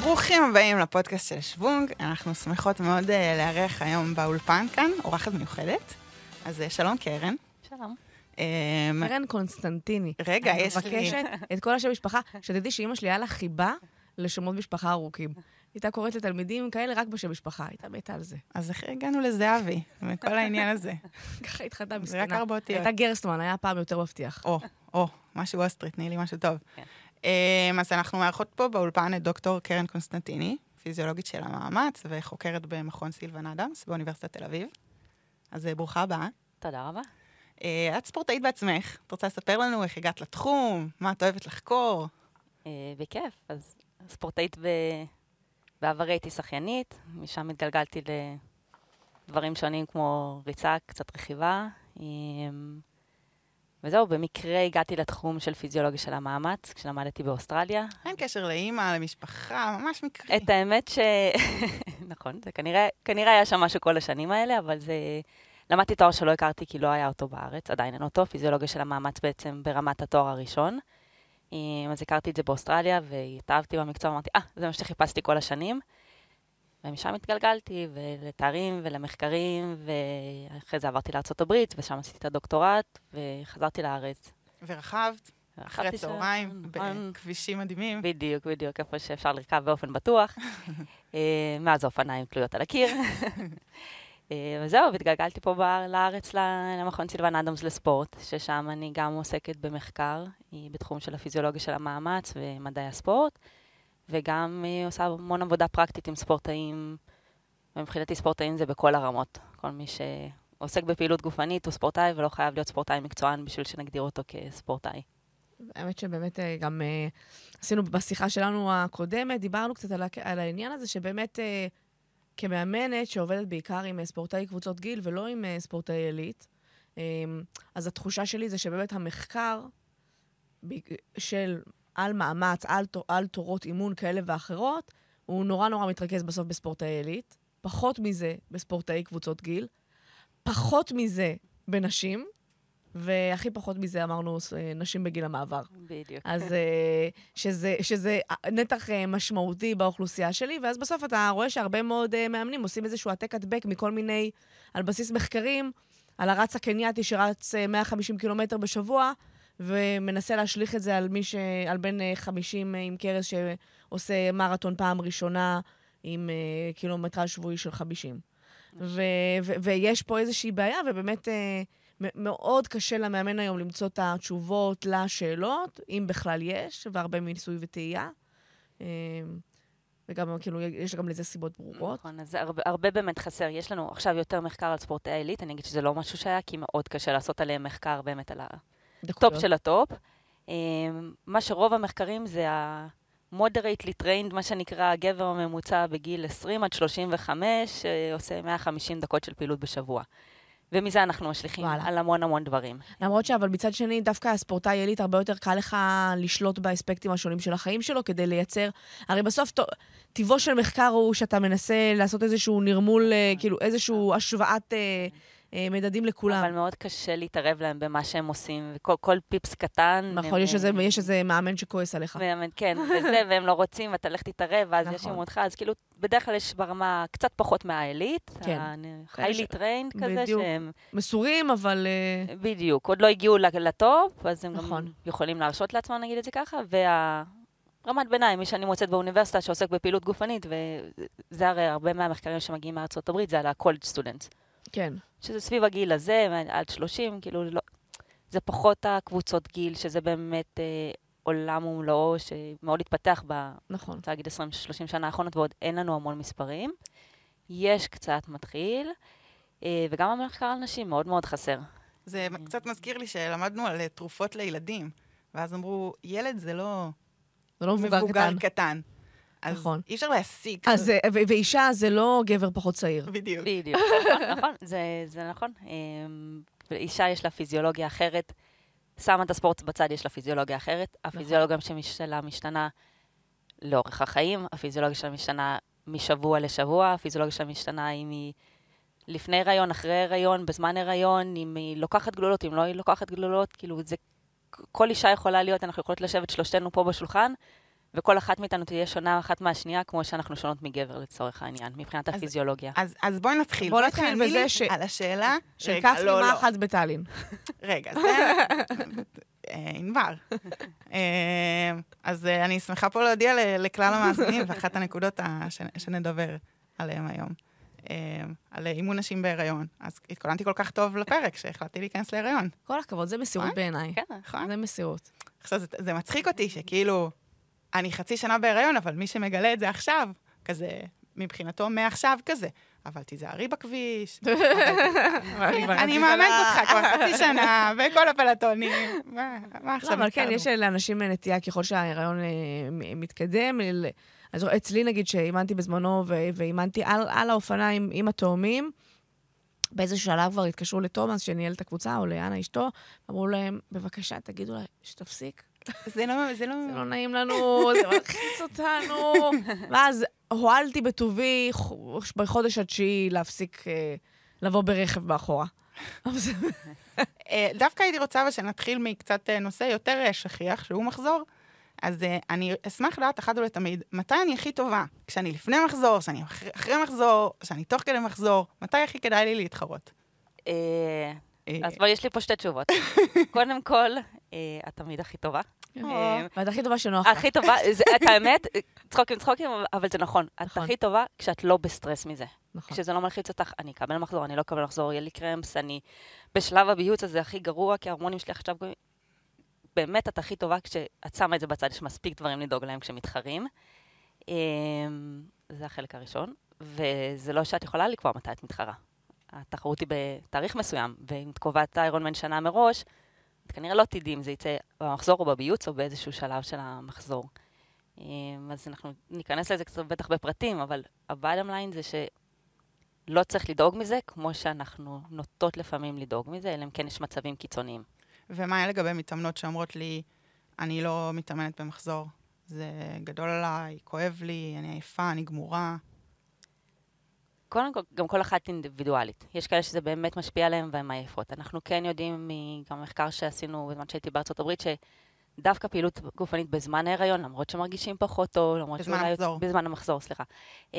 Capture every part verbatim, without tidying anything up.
ברוכים הבאים לפודקאסט של שוונג. אנחנו שמחות מאוד לארח היום באולפן כאן, אורחת מיוחדת. אז שלום קרן. שלום. קרן קונסטנטיני. רגע, יש לי... אני מבקשת את כל השם משפחה, שתדעי שאמא שלי היה לה חיבה לשמות משפחה ארוכים. הייתה קוראת לתלמידים כאלה רק בשם משפחה, הייתה מתה על זה. אז איך הגענו לזהבי, מכל העניין הזה? ככה התחלתה מסכנה. זה רק ארבע אותיות. הייתה גרסטמן, היה פעם יותר מבטיח. או, או, משהו אוסטרית, תני לי משהו טוב. אז אנחנו מארחות פה באולפן את דוקטור קרן קונסטנטיני, פיזיולוגית של המאמץ, וחוקרת במכון סילבן אדמס באוניברסיטת תל אביב. אז ברוכה הבאה. תודה רבה. את ספורטאית בעצמך. את רוצה לספר לנו איך הגעת לתחום? מה את אוהבת לחקור? בכיף. אז ספורטאית בעברי הייתי שחיינית, משם התגלגלתי לדברים שונים כמו ריצה, קצת רכיבה. וזהו, במקרה הגעתי לתחום של פיזיולוגיה של המאמץ, כשלמדתי באוסטרליה. אין קשר לאמא, למשפחה, ממש מקרי. את האמת ש... נכון, זה כנראה, כנראה היה שם משהו כל השנים האלה, אבל זה... למדתי תואר שלא הכרתי כי לא היה אותו בארץ, עדיין אין אותו, פיזיולוגיה של המאמץ בעצם ברמת התואר הראשון. אז הכרתי את זה באוסטרליה, והתאהבתי במקצוע, אמרתי, אה, זה מה שחיפשתי כל השנים. ומשם התגלגלתי, ולתארים ולמחקרים, ואחרי זה עברתי לארצות הברית, ושם עשיתי את הדוקטורט, וחזרתי לארץ. ורכבת, אחרי צהריים, בכבישים מדהימים. בדיוק, בדיוק, איפה שאפשר לרכב באופן בטוח. מאז האופניים תלויות על הקיר. וזהו, והתגלגלתי פה לארץ למכון סילבן אדמס לספורט, ששם אני גם עוסקת במחקר, בתחום של הפיזיולוגיה של המאמץ ומדעי הספורט, וגם עושה המון עבודה פרקטית עם ספורטאים, ומבחינתי ספורטאים זה בכל הרמות. כל מי שעוסק בפעילות גופנית הוא ספורטאי, ולא חייב להיות ספורטאי מקצוען בשביל שנגדיר אותו כספורטאי. האמת שבאמת גם עשינו בשיחה שלנו הקודמת, דיברנו קצת על העניין הזה, שבאמת כמאמנת שעובדת בעיקר עם ספורטאי קבוצות גיל, ולא עם ספורטאי עילית, אז התחושה שלי זה שבאמת המחקר של... על מאמץ, על, על תורות אימון כאלה ואחרות, הוא נורא נורא מתרכז בסוף בספורטאי עילית, פחות מזה בספורטאי קבוצות גיל, פחות מזה בנשים, והכי פחות מזה אמרנו נשים בגיל המעבר. בדיוק. אז שזה, שזה נתח משמעותי באוכלוסייה שלי, ואז בסוף אתה רואה שהרבה מאוד מאמנים עושים איזשהו העתק הדבק מכל מיני, על בסיס מחקרים, על הרץ הקנייתי שרץ מאה וחמישים קילומטר בשבוע, ומנסה להשליך את זה על מי ש... על בין חמישים עם קרס שעושה מרתון פעם ראשונה עם uh, קילומטרה שבועי של חמישים. ו... ו... ויש פה איזושהי בעיה, ובאמת uh, מאוד קשה למאמן היום למצוא את התשובות לשאלות, אם בכלל יש, והרבה מניסוי וטעייה. Uh, וגם, כאילו, יש גם לזה סיבות ברורות. נכון, אז הרבה, הרבה באמת חסר. יש לנו עכשיו יותר מחקר על ספורטאי עילית, אני אגיד שזה לא משהו שהיה, כי מאוד קשה לעשות עליהם מחקר באמת על ה... טופ של הטופ. מה שרוב המחקרים זה ה-moderately trained, מה שנקרא הגבר הממוצע בגיל עשרים עד שלושים וחמש, עושה מאה וחמישים דקות של פעילות בשבוע. ומזה אנחנו משליכים על המון המון דברים. למרות שאבל מצד שני, דווקא הספורטאי עילית הרבה יותר קל לך לשלוט באספקטים השונים של החיים שלו, כדי לייצר, הרי בסוף טבעו של מחקר הוא שאתה מנסה לעשות איזשהו נרמול, כאילו איזשהו השוואת... מדדים לכולם. אבל מאוד קשה להתערב להם במה שהם עושים, וכל כל פיפס קטן... נכון, יש איזה, יש איזה מאמן שכועס עליך. מאמן, כן, וזה, והם לא רוצים, ואתה לך תתערב, ואז יש עם אותך, אז כאילו, בדרך כלל יש ברמה קצת פחות מהעילית, הילי טריינד כזה, שהם... מסורים, אבל... בדיוק, עוד לא הגיעו לטופ, אז הם גם יכולים להרשות לעצמם, נגיד את זה ככה, וה... רמת ביניים, מי שאני מוצאת באוניברסיטה שעוסק בפעילות גופנית, וזה הרי הרבה מהמחקרים שמגיעים מארצות הברית, זה על ה-college students. כן. שזה סביב הגיל הזה, עד שלושים, כאילו, לא, זה פחות הקבוצות גיל, שזה באמת אה, עולם ומלואו, שמאוד התפתח ב... נכון. רוצה להגיד עשרים שלושים שנה האחרונות, ועוד אין לנו המון מספרים. יש קצת מתחיל, אה, וגם המחקר על נשים מאוד מאוד חסר. זה קצת מזכיר לי שלמדנו על תרופות לילדים, ואז אמרו, ילד זה לא... זה לא מבוגר קטן. קטן. אז נכון. אי אפשר להסיק. אז, ו- ואישה זה לא גבר פחות צעיר. בדיוק. בדיוק, נכון, נכון, זה, זה נכון. אישה יש לה פיזיולוגיה אחרת, שמה את הספורט בצד, יש לה פיזיולוגיה אחרת. הפיזיולוגיה שלה משתנה לאורך החיים, הפיזיולוגיה שלה משתנה משבוע לשבוע, הפיזיולוגיה שלה משתנה אם היא לפני הריון, אחרי הריון, בזמן הריון, אם היא לוקחת גלולות, אם לא היא לוקחת גלולות, כאילו זה, כל אישה יכולה להיות, אנחנו יכולות לשבת שלושתנו פה בשולחן, וכל אחת מאיתנו תהיה שונה אחת מהשנייה, כמו שאנחנו שונות מגבר לצורך העניין, מבחינת אז- הפיזיולוגיה. אז, אז בואי נתחיל. בוא בואי נתחיל תעני בזה לי ש- על השאלה. של רגע, כף לא, אימה לא. אחת בטאלין. רגע, זה... אה, ענבר. אה, אז אה, אני שמחה פה להודיע ל- לכלל המאזינים, ואחת הנקודות ה- ש- שנדבר עליהן היום. אה, על אימון נשים בהיריון. אז התכוננתי כל כך טוב לפרק, שהחלטתי להיכנס להיריון. כל הכבוד, זה מסירות נכון? בעיניי. כן, נכון? זה מסירות. עכשיו, זה, זה מצחיק אותי שכאילו, אני חצי שנה בהיריון, אבל מי שמגלה את זה עכשיו, כזה, מבחינתו מעכשיו כזה. אבל תיזהרי בכביש. אבל- אני מאמנת אותך כבר חצי שנה, וכל הפלטונים. מה מה עכשיו? לא, אבל כן, נזכרנו? יש לאנשים נטייה ככל שההיריון אה, מ- מתקדם. ל- אז אצלי, נגיד, שאימנתי בזמנו ו- ואימנתי על, על האופניים עם התאומים, באיזשהו שלב כבר התקשרו לתומאס, שניהל את הקבוצה, או לאנה אשתו, אמרו להם, בבקשה, תגידו לה שתפסיק. זה לא... זה לא... זה לא נעים לנו, זה מלחיץ אותנו. ואז הועלתי בטובי ח- בחודש התשיעי להפסיק אה, לבוא ברכב מאחורה. אבל זה- אה, דווקא הייתי רוצה אבל שנתחיל מקצת אה, נושא יותר אה, שכיח, שהוא מחזור. אז אה, אני אשמח לדעת אחת ולתמיד, מתי אני הכי טובה? כשאני לפני מחזור, כשאני אחרי, אחרי מחזור, כשאני תוך כדי מחזור, מתי הכי כדאי לי להתחרות? אה, אה, אז בואי, יש לי פה שתי תשובות. קודם כל, אה, את תמיד הכי טובה. אה, ואת הכי טובה שנוח לך. הכי טובה, זה- את האמת, צחוקים צחוקים, אבל זה נכון. את נכון. הכי טובה כשאת לא בסטרס מזה. נכון. כשזה לא מלחיץ אותך, אני אקבל מחזור, אני לא אקבל מחזור, יהיה לי קרמפס, אני בשלב הביוץ הזה הכי גרוע, כי ההורמונים שלי עכשיו... באמת את הכי טובה כשאת שמה את זה בצד, יש מספיק דברים לדאוג להם כשמתחרים. אמ, זה החלק הראשון, וזה לא שאת יכולה לקבוע מתי את מתחרה. התחרות היא בתאריך מסוים, ואם את קובעת איירונמן שנה מראש, את כנראה לא תדעי אם זה יצא במחזור או בביוץ או באיזשהו שלב של המחזור. אמ, אז אנחנו ניכנס לזה קצת בטח בפרטים, אבל הבאדם ליין זה שלא צריך לדאוג מזה, כמו שאנחנו נוטות לפעמים לדאוג מזה, אלא אם כן יש מצבים קיצוניים. ומה היה לגבי מתאמנות שאומרות לי, אני לא מתאמנת במחזור? זה גדול עליי, כואב לי, אני עייפה, אני גמורה. קודם כל, גם כל אחת אינדיבידואלית. יש כאלה שזה באמת משפיע עליהם והן עייפות. אנחנו כן יודעים, גם מחקר שעשינו בזמן שהייתי בארצות הברית, שדווקא פעילות גופנית בזמן ההיריון, למרות שמרגישים פחות טוב, למרות בזמן שאולי- המחזור. בזמן המחזור, סליחה. אמ,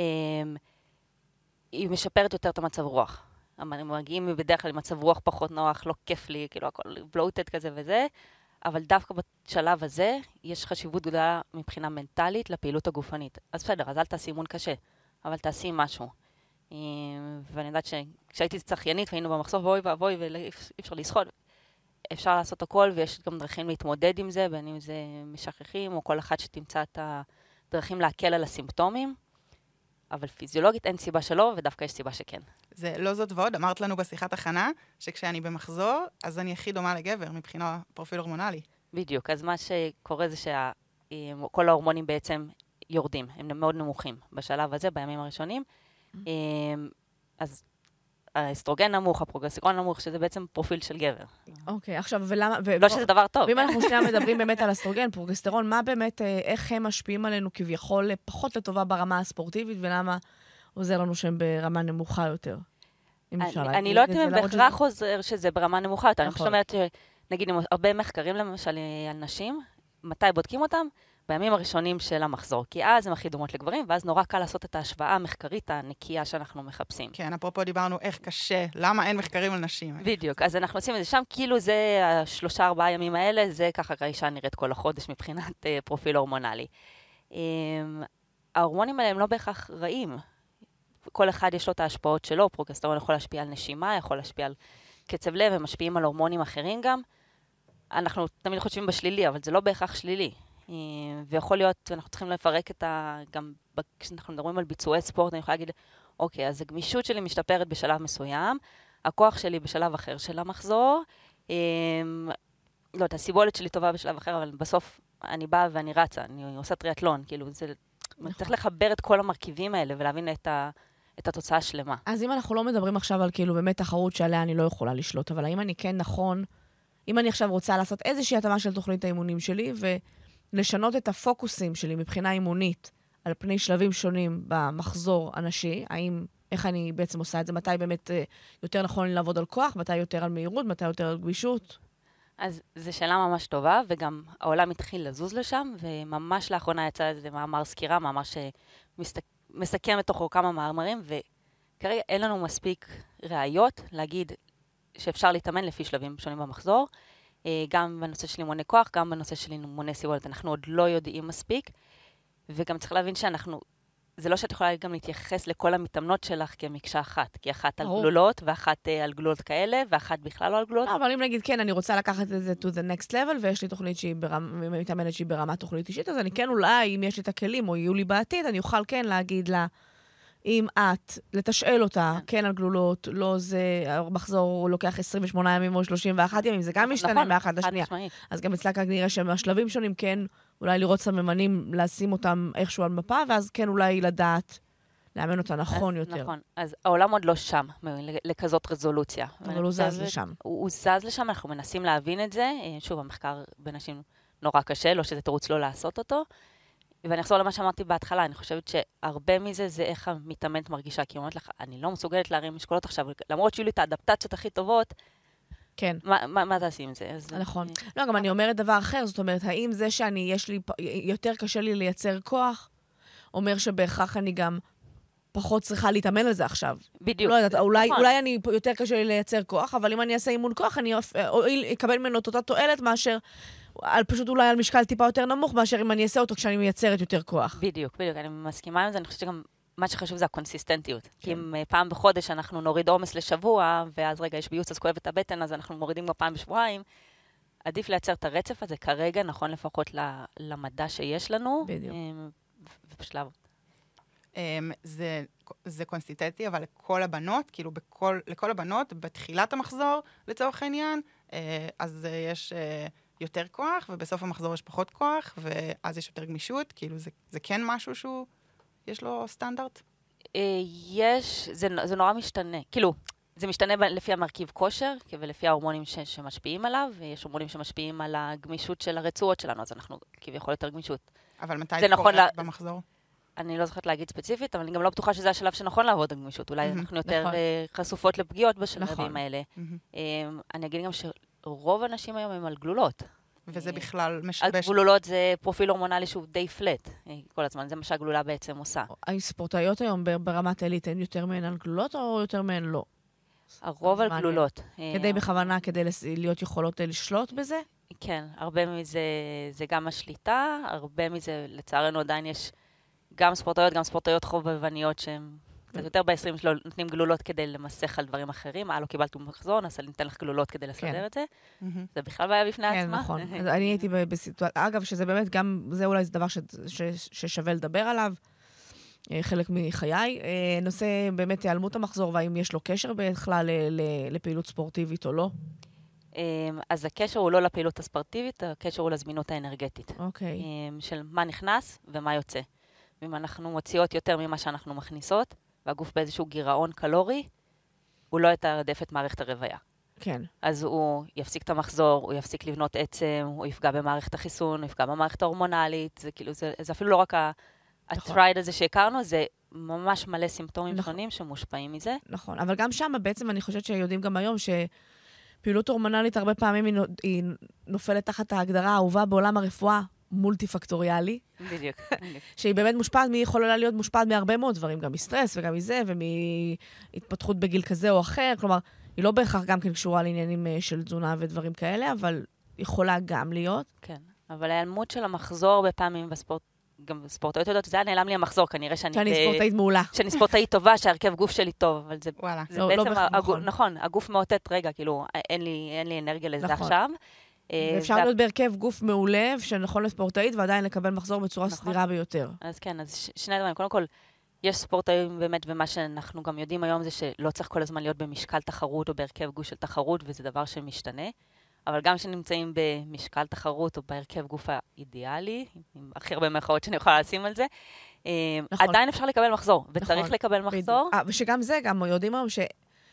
היא משפרת יותר את המצב רוח. הם מגיעים בדרך כלל עם מצב רוח פחות נוח, לא כיף לי, כאילו הכל בלוטד כזה וזה, אבל דווקא בשלב הזה יש חשיבות גדולה מבחינה מנטלית לפעילות הגופנית. אז בסדר, אז אל תעשי אימון קשה, אבל תעשי משהו. אה, ואני יודעת שכשהייתי צחיינית והיינו במחסור, ואוי ואבוי, ואי אפשר לשחות, אפשר לעשות הכל, ויש גם דרכים להתמודד עם זה, בין אם זה משכחים, או כל אחד שתמצא את הדרכים להקל על הסימפטומים, אבל פיזיולוגית אין סיבה שלא, ודווקא יש סיבה שכן. זה לא זאת ועוד, אמרת לנו בשיחת הכנה, שכשאני במחזור, אז אני הכי דומה לגבר מבחינה פרופיל הורמונלי. בדיוק, אז מה שקורה זה שכל ההורמונים בעצם יורדים, הם מאוד נמוכים בשלב הזה, בימים הראשונים. אז האסטרוגן נמוך, הפרוגסטרון נמוך, שזה בעצם פרופיל של גבר. אוקיי, עכשיו, ולמה... ו- לא שזה דבר טוב. ואם אנחנו שנייה מדברים באמת על אסטרוגן, פרוגסטרון, מה באמת, אה, איך הם משפיעים עלינו כביכול פחות לטובה ברמה הספורטיבית, ולמה עוזר לנו שהם ברמה נמוכה יותר? אם אפשר אני- להגיד אני לא יודעת את אם זה, הם למרות בהכרח עוזר שזה ברמה נמוכה יותר. אני נכון. פשוט אומרת שנגיד, עם הרבה מחקרים למשל על נשים, מתי בודקים אותם? בימים הראשונים של המחזור. כי אז הם הכי דומות לגברים, ואז נורא קל לעשות את ההשוואה המחקרית הנקייה שאנחנו מחפשים. כן, אפרופו דיברנו איך קשה, למה אין מחקרים על נשים. בדיוק, אז אנחנו עושים את זה שם, כאילו זה השלושה ארבעה ימים האלה, זה ככה האישה נראית כל החודש מבחינת אה, פרופיל הורמונלי. אה, ההורמונים האלה הם לא בהכרח רעים. כל אחד יש לו את ההשפעות שלו, פרוגסטרון יכול להשפיע על נשימה, יכול להשפיע על קצב לב, הם משפיעים על הורמונים אחרים גם. אנחנו תמיד חושבים בשלילי, אבל זה לא בהכרח שלילי. אה, ויכול להיות, אנחנו צריכים לפרק את ה... גם כשאנחנו מדברים על ביצועי ספורט, אני יכולה להגיד, אוקיי, אז הגמישות שלי משתפרת בשלב מסוים, הכוח שלי בשלב אחר של המחזור, אה, לא יודעת, הסיבולת שלי טובה בשלב אחר, אבל בסוף אני באה ואני רצה, אני עושה טריאטלון, כאילו, זה... נכון. צריך לחבר את כל המרכיבים האלה ולהבין את, ה, את התוצאה השלמה. אז אם אנחנו לא מדברים עכשיו על כאילו באמת תחרות שעליה אני לא יכולה לשלוט, אבל האם אני כן נכון, אם אני עכשיו רוצה לעשות איזושהי התאמה של תוכנית האימונים שלי, ולשנות את הפוקוסים שלי מבחינה אימונית על פני שלבים שונים במחזור הנשי, האם, איך אני בעצם עושה את זה, מתי באמת יותר נכון לעבוד על כוח, מתי יותר על מהירות, מתי יותר על גמישות? אז זו שאלה ממש טובה, וגם העולם התחיל לזוז לשם, וממש לאחרונה יצא איזה מאמר סקירה, מאמר שמסכם לתוכו כמה מאמרים, וכרגע אין לנו מספיק ראיות להגיד שאפשר להתאמן לפי שלבים שונים במחזור, גם בנושא של אימוני כוח, גם בנושא של אימוני סיבולת, אנחנו עוד לא יודעים מספיק, וגם צריך להבין שאנחנו, זה לא שאת יכולה גם להתייחס לכל המתאמנות שלך כמקשה אחת, כי אחת על גלולות, ואחת על גלולות כאלה, ואחת בכלל לא על גלולות. אבל אם נגיד, כן, אני רוצה לקחת את זה to the next level, ויש לי תוכנית שהיא מתאמנת שהיא ברמת תוכנית אישית, אז אני כן אולי, אם יש לי את הכלים, או יהיו לי בעתיד, אני אוכל כן להגיד לה, אם את, לתשאל אותה, כן על גלולות, לא זה, המחזור לוקח עשרים ושמונה ימים או שלושים ואחת ימים, זה גם משתנה מאחד לשנייה. אז גם אצלה כנראה שהשלבים שונים כן, אולי לראות סממנים, לשים אותם איכשהו על מפה, ואז כן אולי לדעת, לאמן אותה נכון יותר. נכון, אז העולם עוד לא שם, לכזאת רזולוציה. אבל הוא זז לשם. הוא זז לשם, אנחנו מנסים להבין את זה. שוב, המחקר בנשים נורא קשה, לא שזה תירוץ לא לעשות אותו. ואני אחזור למה שאמרתי בהתחלה, אני חושבת שהרבה מזה זה איך המתאמנת מרגישה, כי היא אומרת לך, אני לא מסוגלת להרים משקולות עכשיו, למרות שיהיו לי את האדפטציות הכי טובות, כן. מה, מה, מה תעשי עם זה? נכון. לא, גם אני אומרת דבר אחר, זאת אומרת, האם זה שאני, יש לי, יותר קשה לי לייצר כוח, אומר שבהכרח אני גם פחות צריכה להתאמן על זה עכשיו. בדיוק. לא יודעת, אולי, אולי אני יותר קשה לי לייצר כוח, אבל אם אני אעשה אימון כוח, אני אקבל ממנו את אותה תועלת מאשר, על פשוט אולי על משקל טיפה יותר נמוך, מאשר אם אני אעשה אותו כשאני מייצרת יותר כוח. בדיוק, בדיוק. אני מסכימה עם זה, אני חושבת שגם מה שחשוב זה הקונסיסטנטיות. כי אם פעם בחודש אנחנו נוריד עומס לשבוע, ואז רגע יש ביוץ אז כואב את הבטן, אז אנחנו מורידים גם פעם בשבועיים, עדיף לייצר את הרצף הזה כרגע, נכון לפחות למדע שיש לנו. בדיוק. ופשוט לעבוד. זה, זה קונסיסטנטי, אבל לכל הבנות, כאילו בכל, לכל הבנות, בתחילת המחזור, לצורך העניין, אז יש יותר כוח, ובסוף המחזור יש פחות כוח, ואז יש יותר גמישות, כאילו זה, זה כן משהו שהוא, יש לו סטנדרט? יש, זה, זה נורא משתנה. כאילו, זה משתנה לפי המרכיב כושר, ולפי ההורמונים ש, שמשפיעים עליו, ויש הורמונים שמשפיעים על הגמישות של הרצועות שלנו, אז אנחנו כביכול יותר גמישות. אבל מתי זה קורה לה... במחזור? אני לא זוכרת להגיד ספציפית, אבל אני גם לא בטוחה שזה השלב שנכון לעבוד על גמישות. אולי mm-hmm, אנחנו יותר נכון. חשופות לפגיעות בשלבים נכון. האלה. Mm-hmm. אני אגיד גם שרוב הנשים היום הם על גלולות. וזה בכלל משבש. הגלולות זה פרופיל הורמונלי שהוא די פלט. כל הזמן, זה מה שהגלולה בעצם עושה. הספורטאיות היום ברמת אלית, הן יותר מהן על גלולות או יותר מהן לא? הרוב על גלולות. כדי בכוונה, כדי להיות יכולות לשלוט בזה? כן, הרבה מזה זה גם השליטה, הרבה מזה, לצערנו עדיין יש גם ספורטאיות, גם ספורטאיות חובבניות שהן קצת יותר ב-עשרים שלו נותנים גלולות כדי למסך על דברים אחרים. אה, לא קיבלת מחזור, אז אני אתן לך גלולות כדי לסדר את זה. זה בכלל בעיה בפני עצמה. כן, נכון. אני הייתי בסיטואציה, אגב, שזה באמת גם, זה אולי זה דבר ששווה לדבר עליו, חלק מחיי. נושא באמת היעלמות המחזור, והאם יש לו קשר בכלל לפעילות ספורטיבית או לא? אז הקשר הוא לא לפעילות הספורטיבית, הקשר הוא לזמינות האנרגטית. אוקיי. של מה נכנס ומה יוצא. אם אנחנו מוציאות יותר ממה שאנחנו מכניסות, והגוף באיזשהו גירעון קלורי, הוא לא יתעדף את מערכת הרוויה. כן. אז הוא יפסיק את המחזור, הוא יפסיק לבנות עצם, הוא יפגע במערכת החיסון, הוא יפגע במערכת ההורמונלית, זה כאילו, זה, זה אפילו לא רק הטרייד הזה שהכרנו, זה ממש מלא סימפטומים נכון. שונים שמושפעים מזה. נכון, אבל גם שם בעצם אני חושבת שיודעים גם היום שפעילות הורמונלית הרבה פעמים היא נופלת תחת ההגדרה האהובה בעולם הרפואה, מולטי-פקטוריאלי. בדיוק. שהיא באמת מושפעת, היא יכולה להיות מושפעת מהרבה מאוד דברים, גם מסטרס וגם מזה, ומהתפתחות בגיל כזה או אחר. כלומר, היא לא בהכרח גם כן קשורה לעניינים של תזונה ודברים כאלה, אבל יכולה גם להיות. כן, אבל ההיעלמות של המחזור הרבה פעמים בספורט, גם בספורטאיות יודעות, זה היה נעלם לי המחזור, כנראה שאני... שאני ספורטאית מעולה. שאני ספורטאית טובה, שהרכב גוף שלי טוב, אבל זה... וואלה. זה בעצם, נכון, הגוף מאותת, רגע, כאילו, אין לי אנרגיה לזה עכשיו. ואפשר להיות בהרכב גוף מעולה, שנכון לספורטאית, ועדיין לקבל מחזור בצורה סדירה ביותר. אז כן, אז שני דברים. קודם כל, יש ספורטאים באמת, ומה שאנחנו גם יודעים היום זה שלא צריך כל הזמן להיות במשקל תחרות או בהרכב גוף של תחרות, וזה דבר שמשתנה. אבל גם שנמצאים במשקל תחרות או בהרכב גוף האידיאלי, עם הכי הרבה מרכאות שאני יכולה לשים על זה, עדיין אפשר לקבל מחזור, וצריך לקבל מחזור. ושגם זה, גם יודעים היום ש...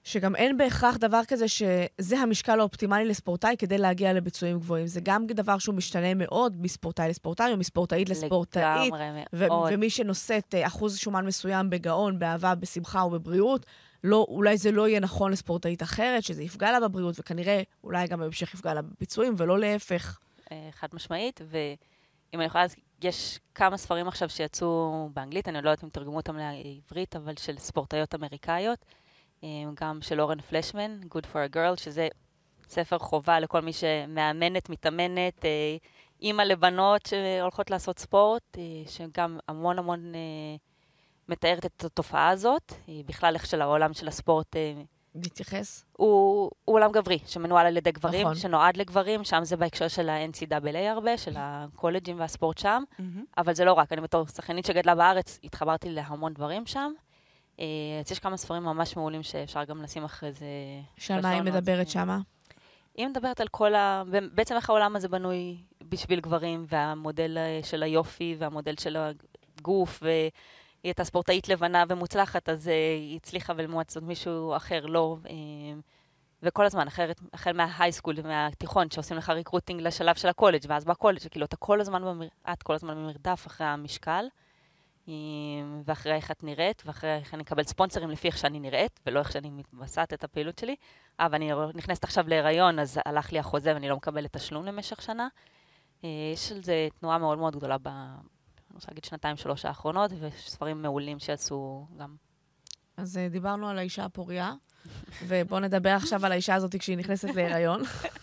שגם אין בהכרח דבר כזה שזה המשקל האופטימלי לספורטאי כדי להגיע לביצועים גבוהים. זה גם דבר שהוא משתנה מאוד מספורטאי לספורטאי, או מספורטאית לספורטאית. לגמרי ו- מאוד. ומי שנושאת אחוז שומן מסוים בגאון, באהבה, בשמחה ובבריאות, לא, אולי זה לא יהיה נכון לספורטאית אחרת, שזה יפגע לה בבריאות, וכנראה אולי גם בהמשך יפגע לה בביצועים, ולא להפך. חד משמעית, ואם אני יכולה, יש כמה ספרים עכשיו שיצאו באנגלית, אני לא יודעת אם תרגמו אותם לעברית, אבל של ספורטאיות אמריקאיות, גם של אורן פלשמן, Good for a Girl, שזה ספר חובה לכל מי שמאמנת, מתאמנת, אימא לבנות שהולכות לעשות ספורט, שגם המון המון מתארת את התופעה הזאת, בכלל איך של העולם של הספורט להתייחס? הוא, הוא עולם גברי, שמנוהל על ידי גברים, נכון. שנועד לגברים, שם זה בהקשר של ה-אן סי דאבל איי הרבה, של הקולג'ים והספורט שם, Mm-hmm. אבל זה לא רק, אני בתור שחקנית שגדלה בארץ, התחברתי להמון דברים שם, אז יש כמה ספרים ממש מעולים שאפשר גם לשים אחרי זה. שעל מה היא מדברת שמה? היא מדברת על כל ה... בעצם איך העולם הזה בנוי בשביל גברים, והמודל של היופי, והמודל של הגוף, והיא הייתה ספורטאית לבנה ומוצלחת, אז היא הצליחה ולמועצות מישהו אחר לא. וכל הזמן, אחרת, החל מההייסקול, מהתיכון, שעושים לך ריקרוטינג לשלב של הקולג', ואז בקולג', כאילו אתה כל הזמן, במר... את כל הזמן במרדף אחרי המשקל, ואחרי איך את נראית, ואחרי איך אני אקבל ספונסרים לפי איך שאני נראית, ולא איך שאני מתבסעת את הפעילות שלי. אה, ואני נכנסת עכשיו להיריון, אז הלך לי החוזה ואני לא מקבלת תשלום למשך שנה. יש על זה תנועה מאוד מאוד גדולה ב... אני רוצה להגיד שנתיים, שלוש האחרונות, וספרים מעולים שיצאו גם. אז דיברנו על האישה הפוריה, ובואו נדבר עכשיו על האישה הזאת כשהיא נכנסת להיריון.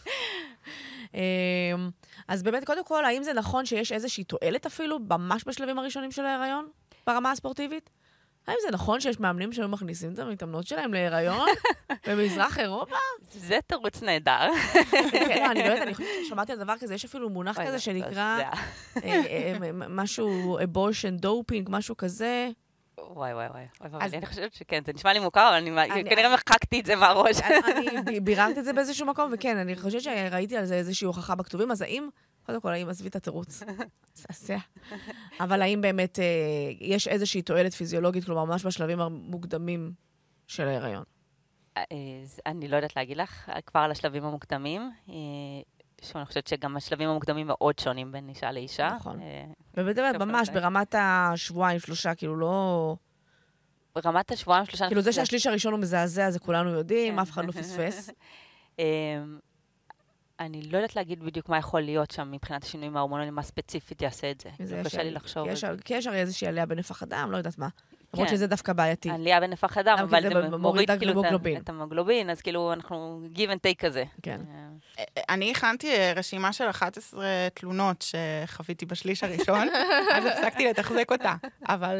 אז באמת, קודם כל, האם זה נכון שיש איזושהי תועלת אפילו, ממש בשלבים הראשונים של ההיריון, ברמה הספורטיבית? האם זה נכון שיש מאמנים שהיו מכניסים את המתאמנות שלהם להיריון במזרח אירופה? זה תירוץ נהדר. כן, אני באמת, אני חושבת ששמעתי על דבר כזה, יש אפילו מונח כזה שנקרא משהו, abortion doping, משהו כזה. וואי, וואי, וואי. אני חושבת שכן, זה נשמע לי מוכר, אבל אני כנראה מחקתי את זה מהראש. אני ביררתי את זה באיזשהו מקום, וכן, אני חושבת שראיתי על זה איזושהי הוכחה בכתובים, אז האם, קודם כל, האם עזבי את התירוץ? סעשע. אבל האם באמת יש איזושהי תועלת פיזיולוגית, כלומר, ממש בשלבים המוקדמים של ההיריון? אני לא יודעת להגיד לך, כבר על השלבים המוקדמים, שאני חושבת שגם השלבים המוקדמים מאוד שונים בין אישה לאישה. נכון. ובאמת, ממש, ברמת השבועיים, שלושה, כאילו לא... ברמת השבועיים, שלושה... כאילו זה שהשליש הראשון הוא מזעזע, זה כולנו יודעים, אף אחד לא פספס. אני לא יודעת להגיד בדיוק מה יכול להיות שם מבחינת השינויים ההורמונליים, מה ספציפית יעשה את זה. זה קשה לי לחשוב. כי יש הרי איזושהי עלייה בנפח הדם, לא יודעת מה. למרות שזה דווקא בעייתי. עלייה בנפח הדם, אבל זה מוריד כאילו את המוגלובין, אז כאילו אנחנו give and take כזה. כן. אני הכנתי רשימה של אחת עשרה תלונות שחוויתי בשליש הראשון, אז הפסקתי לתחזק אותה. אבל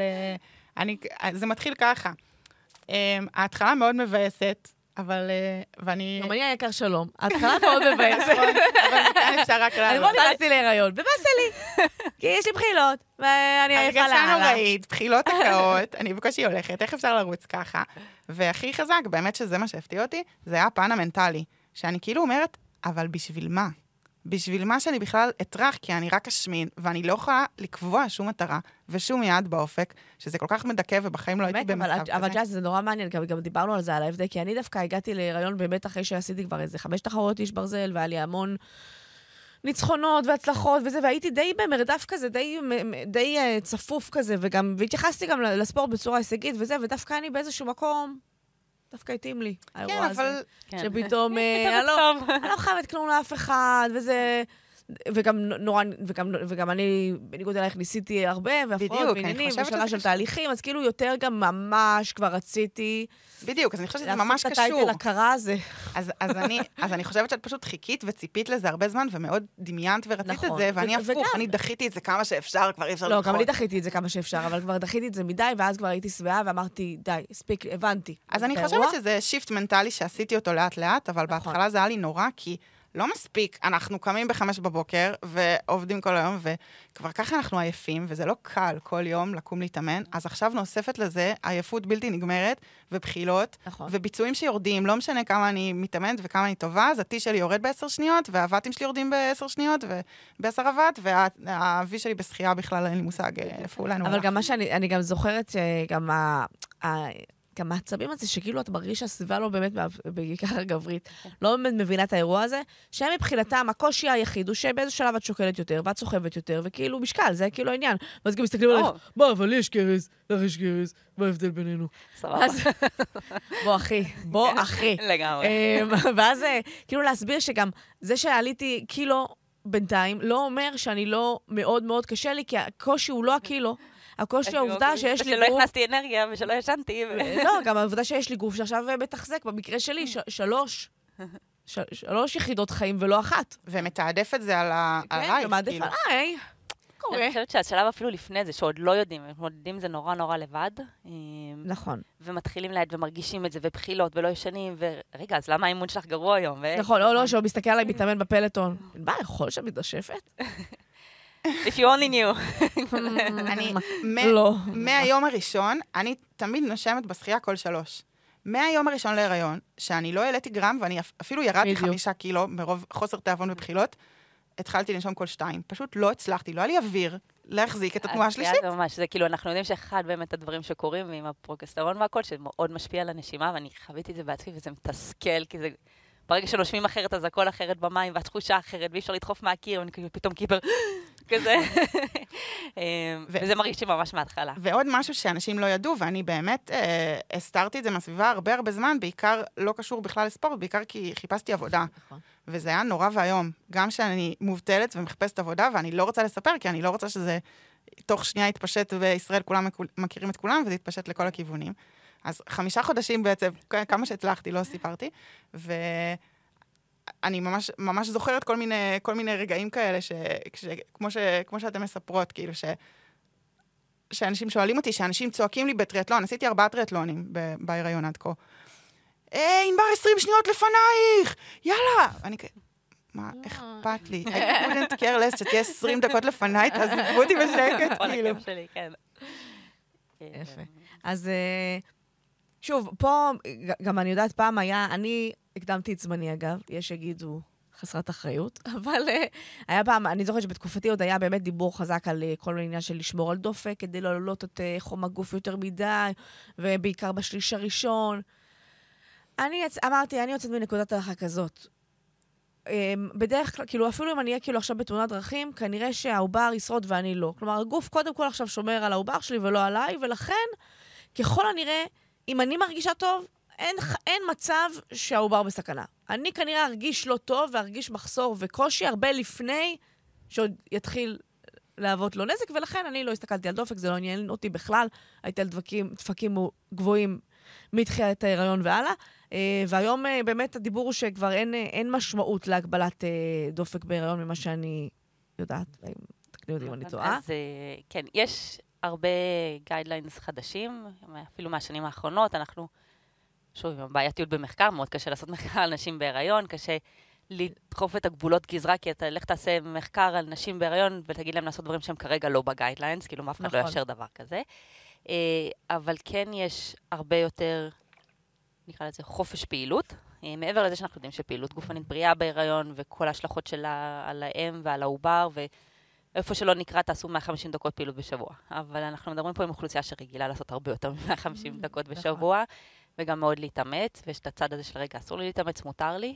זה מתחיל ככה. ההתחלה מאוד מבאסת, אבל, ואני... גם אני היקר שלום. ההתחלה מאוד מבאסת. אבל כאן אפשר רק לעלות. אני מאוד נכנסתי להיריון, ובאסה לי. כי יש לי בחילות, ואני עייפה להלאה. הרגשה נוראית, בחילות הקאות, אני בקושי הולכת, איך אפשר לרוץ ככה? והכי חזק, באמת שזה מה שהפתיע אותי, זה היה הפן המנטלי, שאני כאילו אומרת, אבל בשביל מה? בשביל מה שאני בכלל אטרח, כי אני רק אשמין, ואני לא יכולה לקבוע שום מטרה ושום יעד באופק, שזה כל כך מדכא, ובחיים לא הייתי במצב כזה. אבל ג'אז, זה נורא מעניין, גם דיברנו על זה, על ההבדל, כי אני דווקא הגעתי להיריון באמת אחרי שעשיתי כבר איזה חמש תחרות איש ברזל, והיה לי המון ניצחונות והצלחות וזה, והייתי די במרדף כזה, די, די צפוף כזה, וגם, והתייחסתי גם לספורט בצורה הישגית וזה, ודווקא אני באיזשהו מקום, דווקא התאים לי, האירוע הזה. שפתאום, אני לא חייבת כלום לאף אחד, וזה... וגם נורא, וגם, וגם אני, בניגוד אלייך, ניסיתי הרבה, והפרעות ועניינים, ושנה של תהליכים, אז כאילו יותר גם ממש כבר רציתי... בדיוק, אז אני חושבת שזה ממש קשור. לעשות את הטייטל הכרה הזה. אז, אז, אני, אז אני חושבת שאת פשוט חיכית וציפית לזה הרבה זמן, ומאוד דמיינת ורצית נכון. את זה, ואני הפוך, וגם... אני דחיתי את זה כמה שאפשר, כבר אי אפשר לא, לדחות. גם אני דחיתי את זה כמה שאפשר, אבל כבר דחיתי את זה מדי, ואז כבר הייתי שבעה, ואמרתי, די, הספיק, הבנתי. אז אני חושבת שזה שיפט מנטלי שעשיתי אותו לאט לאט, אבל נכון. בהתחלה זה היה לי נורא, כי לא מספיק, אנחנו קמים בחמש בבוקר, ועובדים כל היום, וכבר ככה אנחנו עייפים, וזה לא קל כל יום לקום להתאמן, אז עכשיו נוספת לזה, עייפות בלתי נגמרת, ובחילות, נכון. וביצועים שיורדים, לא משנה כמה אני מתאמנת וכמה אני טובה, אז ה-T שלי יורד בעשר שניות, והוואטים שלי יורדים בעשר שניות, ובעשר הוואט, וה-V שלי בשחייה בכלל אין לי מושג איפה אולי נורא. אבל גם מה שאני, אני גם זוכרת שגם ה... גם העצבים הזה, שכאילו את מרגיש שהסביבה לא באמת, בעיקר גברית, לא באמת מבינה את האירוע הזה, שהם מבחינתם, הקושי היחיד הוא שבאיזה שלב את שוקלת יותר, ואת סוחבת יותר, וכאילו משקל, זה כאילו העניין. ואז גם מסתכלים עליך, בוא, אבל לי יש קרס, לך יש קרס, מה ההבדל בינינו? סבבה. בוא, אחי, בוא, אחי. לגמרי. ואז כאילו להסביר שגם זה שעליתי קילו בינתיים, לא אומר שאני לא מאוד מאוד קשה לי, כי הקושי הוא לא הקילו. הקושי העובדה שיש לי גוף... ושלא הכנסתי אנרגיה ושלא ישנתי. לא, גם העובדה שיש לי גוף שעכשיו מתחזק, במקרה שלי, שלוש. שלוש יחידות חיים ולא אחת. ומתעדף את זה על העלייך. כן, ומעדף עליי. קורה. אני חושבת שהשלב אפילו לפני זה, שעוד לא יודעים, מתמודדים זה נורא נורא לבד. נכון. ומתחילים ליד ומרגישים את זה, ובחילות ולא ישנים, ורגע, אז למה האימון שלך גרוע היום? נכון, לא, לא, שהוא מסתכל עליי מתאמן בפלטון. מה, יכול שאת מתנשפת? If you only knew. אני, לא. מהיום הראשון, אני תמיד נושמת בשחייה כל שלוש. מהיום הראשון להיריון, שאני לא העליתי גרם, ואני אפילו ירדתי חמישה קילו, מרוב חוסר תאבון ובחילות, התחלתי לנשום כל שתיים. פשוט לא הצלחתי, לא היה לי אוויר להחזיק את התנועה השלישית. זה ממש, זה כאילו, אנחנו יודעים שאחד באמת הדברים שקורים, ועם הפרוגסטרון והכל, שמאוד משפיע על הנשימה, ואני חוויתי את זה בעצמי, וזה מתסכל, כי זה... ברגע שנושמים אחרת, אז הכל אחרת במים, והתחושה אחרת, ואי אפשר לדחוף מהקיר, ואני כאילו פתאום קיפר כזה. וזה מרגיש לי ממש מההתחלה. ועוד משהו שאנשים לא ידעו, ואני באמת הסתרתי את זה מהסביבה הרבה הרבה זמן, בעיקר לא קשור בכלל לספורט, בעיקר כי חיפשתי עבודה. וזה היה נורא והיום. גם שאני מובטלת ומחפשת עבודה, ואני לא רוצה לספר, כי אני לא רוצה שזה תוך שנייה יתפשט, וישראל כולם מכירים את כולם, וזה יתפשט לכל הכיוונים. אז חמישה חודשים בעצם, כמה שהצלחתי, לא סיפרתי, ואני ממש, ממש זוכרת כל מיני, כל מיני רגעים כאלה, ש, ש, כמו, ש, כמו שאתם מספרות, כאילו, ש, שאנשים שואלים אותי, שאנשים צועקים לי בטריאטלון, עשיתי ארבעה טריאטלונים בהיריון עד כה. היי, ענבר עשרים שניות לפנייך, יאללה! אני כ... מה, אכפת לי? I couldn't care less, שתהיה עשרים דקות לפניי, תעזבו אותי בשקט, כאילו. שלי, כן. יפה. אז... שוב, פה, גם אני יודעת, פעם היה, אני הקדמתי את זמני, אגב, יש שיגידו חסרת אחריות, אבל היה פעם, אני זוכרת שבתקופתי עוד היה באמת דיבור חזק על כל העניין של לשמור על דופק, כדי לא לעלות את חום הגוף יותר מדי, ובעיקר בשליש הראשון. אני אמרתי, אני יוצאת מנקודת ההלכה כזאת. בדרך כלל, כאילו, אפילו אם אני אהיה כאילו עכשיו בתאונת דרכים, כנראה שהעובר ישרוד ואני לא. כלומר, הגוף קודם כל עכשיו שומר על העובר שלי ולא עליי, ולכן, ככל הנראה, אם אני מרגישה טוב, אין, אין מצב שהעובר בסכנה. אני כנראה ארגיש לא טוב וארגיש מחסור וקושי הרבה לפני שעוד יתחיל להוות לו נזק, ולכן אני לא הסתכלתי על דופק, זה לא עניין אותי בכלל. הייתי על דפקים, דפקים גבוהים מתחילת ההיריון והלאה. והיום באמת הדיבור הוא שכבר אין, אין משמעות להגבלת דופק בהיריון ממה שאני יודעת. תקני אותי אם אני טועה. אז כן, יש... הרבה גיידליינס חדשים, אפילו מהשנים האחרונות, אנחנו, שוב, עם הבעייתיות במחקר, מאוד קשה לעשות מחקר על נשים בהיריון, קשה לדחוף את הגבולות גזרה, כי אתה לך תעשה מחקר על נשים בהיריון, ותגיד להם לעשות דברים שהם כרגע לא בגיידליינס, כאילו אף אחד לא יאשר דבר כזה. אבל כן יש הרבה יותר, נקרא לזה, חופש פעילות, מעבר לזה שאנחנו יודעים שפעילות גופנית בריאה בהיריון, וכל ההשלכות שלה על האם ועל העובר, ו... איפה שלא נקרא, תעשו מאה וחמישים דקות פעילות בשבוע. אבל אנחנו מדברים פה עם אוכלוסייה שרגילה לעשות הרבה יותר מ-מאה וחמישים דקות בשבוע, וגם מאוד להתאמץ, ויש את הצד הזה של רגע, אסור לי להתאמץ, מותר לי.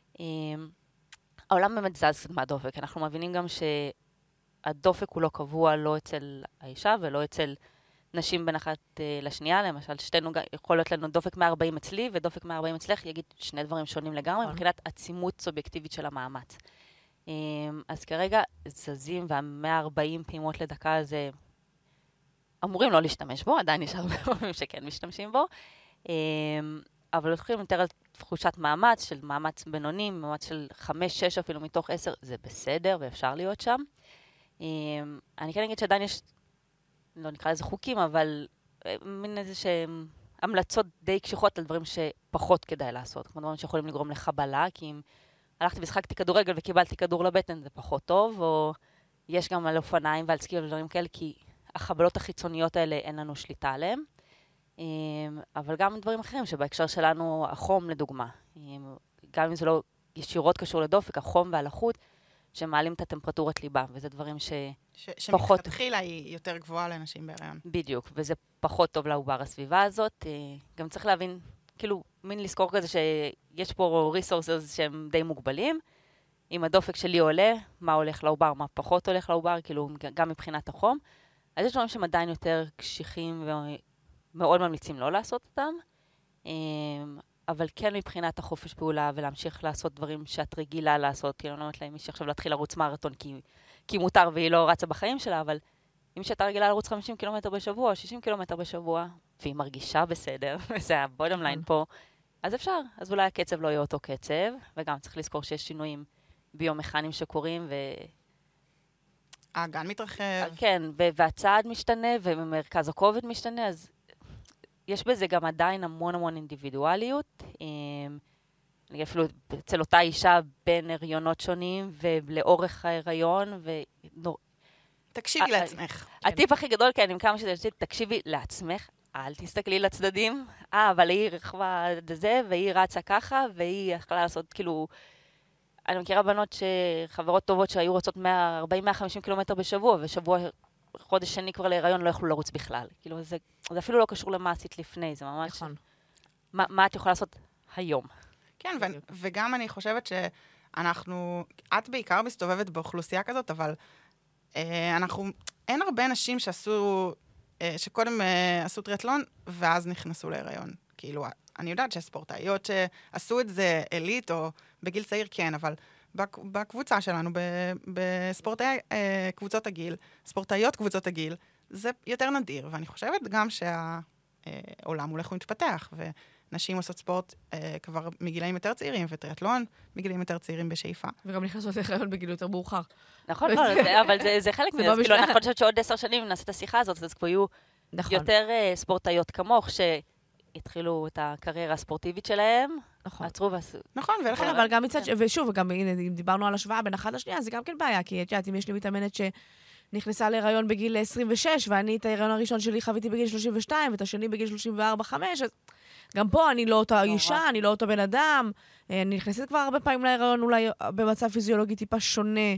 העולם באמת זז מהדופק. אנחנו מבינים גם שהדופק הוא לא קבוע, לא אצל האישה ולא אצל נשים בין אחת לשנייה. למשל, שתינו יכול להיות לנו דופק מאה וארבעים אצלי, ודופק מאה וארבעים אצלך, יגיד שני דברים שונים לגמרי, מבחינת עצימות סובייקטיבית של המאמץ. אז כרגע זזים, וה-מאה וארבעים פעימות לדקה הזה אמורים לא להשתמש בו, עדיין יש הרבה פעמים שכן משתמשים בו, אבל הולכים יותר על תחושת מאמץ, של מאמץ בינוני, מאמץ של חמש, שש אפילו מתוך עשר, זה בסדר ואפשר להיות שם. אני כן אגיד שעדיין יש, לא נקרא לזה חוקים, אבל מין איזה שהם המלצות די קשיחות על דברים שפחות כדאי לעשות, כמו דברים שיכולים לגרום לחבלה, כי אם הלכתי ושחקתי כדורגל וקיבלתי כדור לבטן, זה פחות טוב, או יש גם על אופניים ועל סקי ודברים כאלה, כי החבלות החיצוניות האלה אין לנו שליטה עליהם. אבל גם דברים אחרים, שבהקשר שלנו, החום לדוגמה, גם אם זה לא ישירות קשור לדופק, החום והלחות, שמעלים את הטמפרטורת ליבה, וזה דברים ש... ש- פחות- שמתחילה היא יותר גבוהה לנשים בהיריון. בדיוק, וזה פחות טוב לעובר הסביבה הזאת. אה, גם צריך להבין, כאילו, מין לזכור כזה שיש פה resources שהם די מוגבלים. אם הדופק שלי עולה, מה הולך לעובר, מה פחות הולך לעובר, כאילו, גם מבחינת החום. אז יש דברים שהם עדיין יותר קשיחים ומאוד ממליצים לא לעשות אותם. אה, אבל כן מבחינת החופש פעולה ולהמשיך לעשות דברים שאת רגילה לעשות. כאילו, אני לא אומרת להם מישהי עכשיו להתחיל לרוץ מרתון כי, כי מותר והיא לא רצה בחיים שלה, אבל אם שאתה רגילה לרוץ חמישים קילומטר בשבוע, שישים קילומטר בשבוע, והיא מרגישה בסדר, וזה הבוטום ליין פה, אז אפשר. אז אולי הקצב לא יהיה אותו קצב, וגם צריך לזכור שיש שינויים ביומכניים שקורים, ו... האגן מתרחב. כן, ו- והצעד משתנה, ומרכז הכובד משתנה, אז יש בזה גם עדיין המון המון אינדיבידואליות. אני אפילו אצל אותה אישה בין הריונות שונים, ולאורך ההיריון, ונור... תקשיבי לעצמך. הטיפ הכי גדול, כן, עם כמה שזה, תקשיבי לעצמך, אל תסתכלי לצדדים. אה, אבל היא רכבה עד זה, והיא רצה ככה, והיא יכלה לעשות, כאילו... אני מכירה בנות שחברות טובות שהיו רוצות מאה ארבעים עד מאה וחמישים קילומטר בשבוע, ושבוע, חודש שני כבר להיריון לא יכלו לרוץ בכלל. כאילו, זה, זה אפילו לא קשור למה עשית לפני, זה ממש... נכון. מה, מה את יכולה לעשות היום? כן, ו- וגם אני חושבת שאנחנו... את בעיקר מסתובבת באוכלוסייה כזאת, אבל אה, אנחנו... אין הרבה נשים שעשו... אה, שקודם אה, עשו טריאטלון, ואז נכנסו להיריון. כאילו, אני יודעת שהספורטאיות שעשו את זה אליט, או בגיל צעיר כן, אבל בקבוצה שלנו, בספורטאי קבוצות הגיל, ספורטאיות קבוצות הגיל, זה יותר נדיר, ואני חושבת גם שהעולם הולך ומתפתח, ונשים עושות ספורט כבר מגילאים יותר צעירים, וטריאטלון מגילאים יותר צעירים בשאיפה. וגם נכנסות להיריון בגיל יותר מאוחר. נכון, אבל זה חלק מזה. כאילו, אני חושבת שעוד עשר שנים נעשה את השיחה הזאת, אז כבר יהיו יותר ספורטאיות כמוך, התחילו את הקריירה הספורטיבית שלהם, נכון. עצרו ועשו. נכון, ולכן... אבל גם מצד ש... ושוב, וגם אם דיברנו על השוואה בין אחת לשנייה, זה גם כן בעיה, כי את יודעת, אם יש לי מתאמנת שנכנסה להיריון בגיל עשרים ושש, ואני את ההיריון הראשון שלי חוויתי בגיל שלושים ושתיים, ואת השני בגיל שלושים וארבע חמש, אז גם פה אני לא אותה אישה, אני לא אותו בן אדם, אני נכנסת כבר הרבה פעמים להיריון, אולי במצב פיזיולוגי טיפה שונה.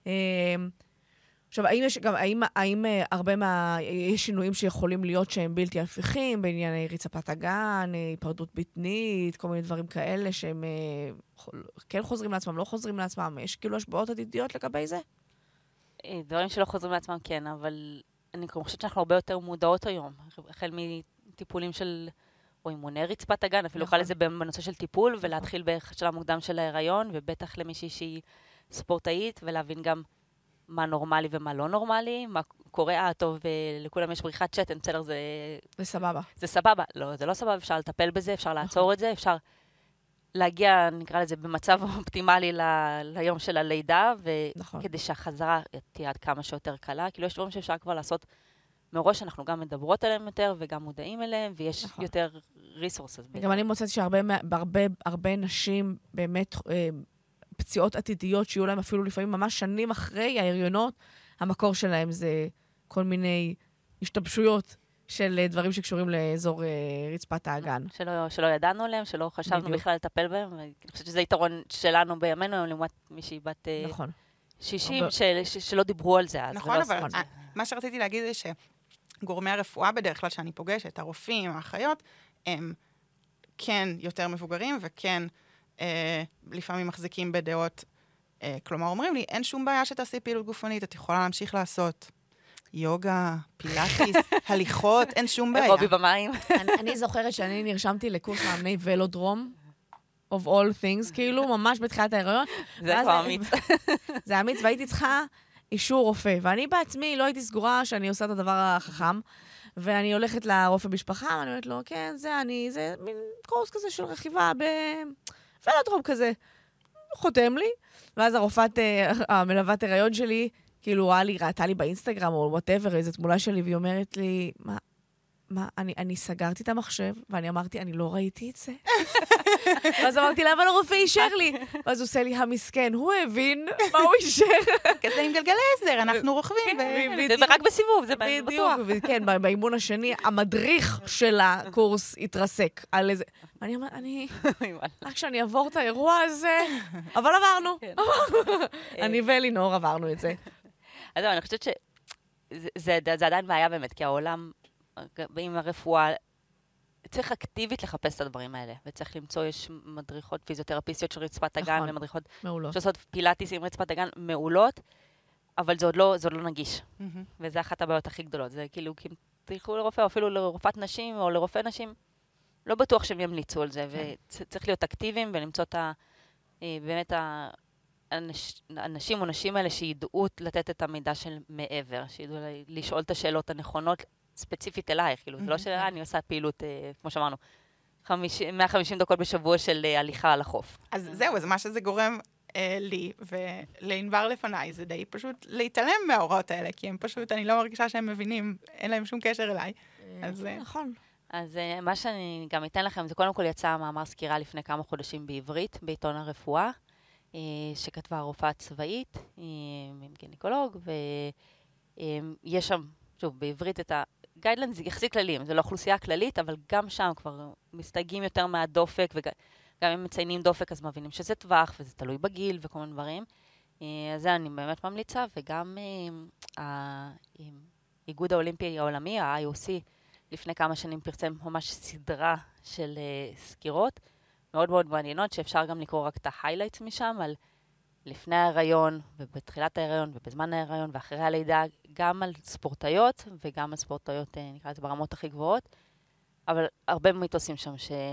עכשיו, האם יש גם, האם, האם הרבה מה, יש שינויים שיכולים להיות שהם בלתי הפיכים, בעניין ריצת הגן, היפרדות בטנית, כל מיני דברים כאלה שהם כן חוזרים לעצמם, לא חוזרים לעצמם, יש כאילו השפעות עתידיות לגבי זה? דברים שלא חוזרים לעצמם כן, אבל אני חושבת שאנחנו הרבה יותר מודעות היום, החל מטיפולים של, או אימוני רצפת הגן, אפילו אוכל לזה בנושא של טיפול, ולהתחיל בשלב מוקדם של ההיריון, ובטח למישהי שהיא ספורטאית, ולהבין גם מה נורמלי ומה לא נורמלי, מה קורה, אה, טוב, לכולם יש בריחת שתן, בסדר, זה... זה סבבה. זה סבבה. לא, זה לא סבבה, אפשר לטפל בזה, אפשר לעצור את זה, אפשר להגיע, נקרא לזה, במצב אופטימלי ליום של הלידה, וכדי שהחזרה תהיה עד כמה שיותר קלה, כאילו יש דברים שאפשר כבר לעשות מראש, אנחנו גם מדברות עליהם יותר, וגם מודעים אליהם, ויש יותר resources. גם אני מוצאת שהרבה נשים באמת... פציעות עתידיות שיהיו להם אפילו לפעמים ממש שנים אחרי ההריונות, המקור שלהם זה כל מיני השתבשויות של דברים שקשורים לאזור רצפת האגן. שלא, שלא ידענו עליהם, שלא חשבנו בדיוק. בכלל לטפל בהם, ואני חושבת שזה יתרון שלנו בימינו, לעומת מישהי בת נכון. שישים, הרבה... של, ש, שלא דיברו על זה. נכון, לא אבל ה- מה שרציתי להגיד זה שגורמי הרפואה בדרך כלל שאני פוגשת, הרופאים, האחיות, הם כן יותר מבוגרים וכן... Uh, לפעמים מחזיקים בדעות, uh, כלומר, אומרים לי, אין שום בעיה שתעשי פעילות גופנית, את יכולה להמשיך לעשות יוגה, פילאטיס, הליכות, אין שום בעיה. רובי במים. אני, אני זוכרת שאני נרשמתי לקורס מאמני ולודרום, of all things, כאילו, ממש בתחילת ההיריון. זה כבר אמיץ. זה אמיץ, והייתי צריכה אישור רופא, ואני בעצמי לא הייתי סגורה שאני עושה את הדבר החכם, ואני הולכת לרופא משפחה, ואני אומרת לו, כן, זה אני, זה מין קורס כזה של רכיבה ב... ולודרום כזה, חותם לי, ואז הרופאת, המלוות הריון שלי, כאילו ראה לי, ראתה לי באינסטגרם או whatever, איזו תמונה שלי, והיא אומרת לי, מה, מה, אני, אני סגרתי את המחשב, ואני אמרתי, אני לא ראיתי את זה. ואז אמרתי לה, אבל הרופא אישר לי. ואז הוא עושה לי, המסכן, הוא הבין מה הוא אישר. כזה עם גלגלי עזר, אנחנו רוכבים. זה רק בסיבוב, זה בטוח. כן, באימון השני, המדריך של הקורס התרסק על איזה... אני אומרת, אני... רק שאני אעבור את האירוע הזה, אבל עברנו. אני ואלינור עברנו את זה. אז אני חושבת שזה עדיין בעיה באמת, כי העולם, עם הרפואה, צריך אקטיבית לחפש את הדברים האלה, וצריך למצוא, יש מדריכות פיזיותרפיסטיות של רצפת הגן, ומדריכות שעושות פילאטיס עם רצפת הגן מעולות, אבל זה עוד לא, זה עוד לא נגיש. וזה אחת הבעיות הכי גדולות. זה כאילו, כי תלכו לרופא, או אפילו לרופאת נשים, או לרופא נשים, לא בטוח שהם ימליצו על זה, וצריך להיות אקטיביים ולמצוא את ה... באמת האנשים או נשים האלה שידעו לתת את המידע של מעבר, שידעו לשאול את השאלות הנכונות ספציפית אלייך, כאילו, זה לא שאני עושה פעילות, כמו שאמרנו, מאה וחמישים דקות בשבוע של הליכה על החוף. אז זהו, אז מה שזה גורם לי ולענבר לפניי, זה די פשוט להתעלם מההוראות האלה, כי הם פשוט, אני לא מרגישה שהם מבינים, אין להם שום קשר אליי. אז נכון. אז מה שאני גם אתן לכם, זה קודם כל יצא מאמר סקירה לפני כמה חודשים בעברית, בעיתון הרפואה, שכתבה הרופאה הצבאית עם גינקולוג, ויש שם, שוב, בעברית את הגיידליינס יחסית כלליים, זה לא אוכלוסייה כללית, אבל גם שם כבר מסתייגים יותר מהדופק, וגם אם מציינים דופק, אז מבינים שזה טווח, וזה תלוי בגיל וכל מיני דברים. אז זה אני באמת ממליצה, וגם האיגוד האולימפי העולמי, ה-איי או סי, לפני כמה שנים פרסם ממש סדרה של סקירות, מאוד מאוד מעניינות, שאפשר גם לקרוא רק את ההיילייטס משם, על לפני ההיריון, ובתחילת ההיריון, ובזמן ההיריון, ואחרי הלידה, גם על ספורטאיות, וגם על ספורטאיות, נקרא לזה, ברמות הכי גבוהות, אבל הרבה מיתוסים שם,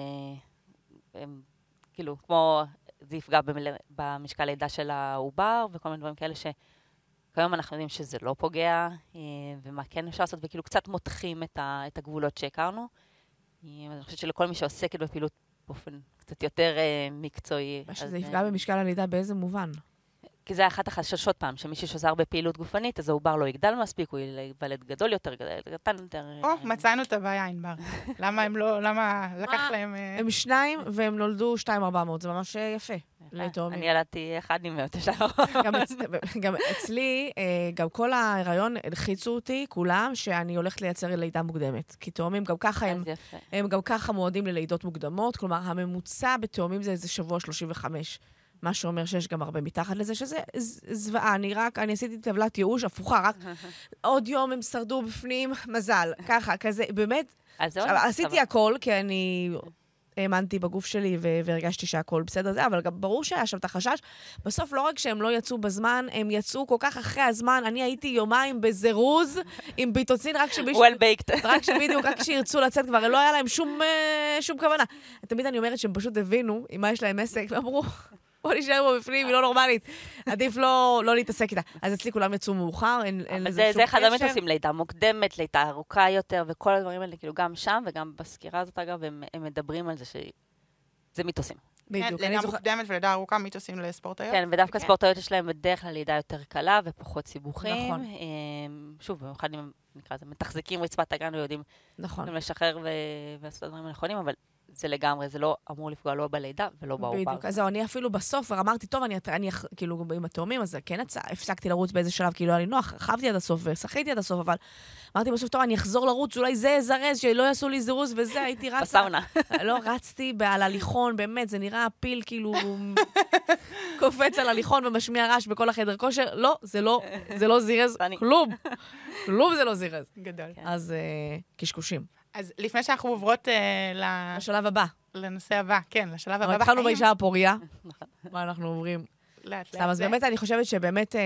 שהם, כאילו, כמו זה יפגע במשקל לידה של העובר, וכל מיני דברים כאלה שכיום אנחנו יודעים שזה לא פוגע, ומה כן אפשר לעשות, וכאילו קצת מותחים את הגבולות שהכרנו. אני חושבת שלכל מי שעוסקת בפעילות באופן קצת יותר uh, מקצועי. שזה יפגע במשקל הלידה באיזה מובן? כי זה אחת החששות פעם, שמישהו שעושה הרבה פעילות גופנית, אז העובר לא יגדל מספיק, הוא ייוולד גדול יותר, קטן יותר. או, מצאנו את הבעיה, ענבר. למה הם לא, למה לקח להם... הם שניים, והם נולדו שתיים ארבע מאות, זה ממש יפה. אני ילדתי אחד נמאות, גם אצלי, גם כל ההיריון הלחיצו אותי, כולם, שאני הולכת לייצר לידה מוקדמת. כי תאומים גם ככה, הם גם ככה מועדים ללידות מוקדמות, כלומר, הממוצע בתאומים זה איזה שבוע שלושים וחמש. מה שאומר שיש גם הרבה מתחת לזה, שזה זוועה. אני רק, אני עשיתי טבלת ייאוש, הפוכה, רק עוד יום הם שרדו בפנים, מזל. ככה, כזה, באמת. עשיתי הכל, כי אני האמנתי בגוף שלי והרגשתי שהכל בסדר זה, אבל גם ברור שהיה שם את החשש. בסוף לא רק שהם לא יצאו בזמן, הם יצאו כל כך אחרי הזמן. אני הייתי יומיים בזירוז עם ביטוצין, רק שמישהו... well baked. רק שבדיוק, רק שירצו לצאת כבר, לא היה להם שום, שום כוונה. תמיד אני אומרת שהם פשוט הבינו עם מה יש להם עסק, ואמרו, בוא נשאר בו בפנים, היא לא נורמלית. עדיף לא, לא להתעסק איתה. אז אצלי כולם יצאו מאוחר, אין, אין לזה שום קשר. זה אחד באמת עושים לידה מוקדמת, לידה ארוכה יותר, וכל הדברים האלה, כאילו גם שם, וגם בסקירה הזאת, אגב, הם, הם מדברים על זה שזה מיתוסים. בדיוק. לידה מוקדמת ולידה ארוכה, מיתוסים לספורטאיות. כן, ודווקא ספורטאיות יש להם בדרך כלל לידה יותר קלה ופחות סיבוכים. נכון. שוב, במיוחד אם נקרא לזה, מתחזקים רצפת הגן ויודעים לשחרר ולעשות את הדברים הנכונים, אבל זה לגמרי, זה לא אמור לפגוע לא בלידה ולא בעובר. בדיוק, אז אני אפילו בסוף אמרתי, טוב, אני, אני כאילו, עם התאומים, אז כן, הפסקתי לרוץ באיזה שלב, כאילו, היה לי נוח, חבתי עד הסוף ושחיתי עד הסוף, אבל אמרתי בסוף, טוב, אני אחזור לרוץ, אולי זה זרז, שלא יעשו לי זירוז וזה, הייתי רצה. בסאונה. לא, רצתי על הליכון, באמת, זה נראה פיל, כאילו, קופץ על הליכון ומשמיע רעש בכל החדר כושר. לא, זה לא, זה לא זירז, כלום. כלום זה לא זירז. גדול. אז קשקושים. אז לפני שאנחנו עוברות לשלב הבא. לנושא הבא, כן, לשלב הבא. התחלנו באישה הפוריה. מה אנחנו עוברים? לאט, לאט. אז באמת, אני חושבת שבאמת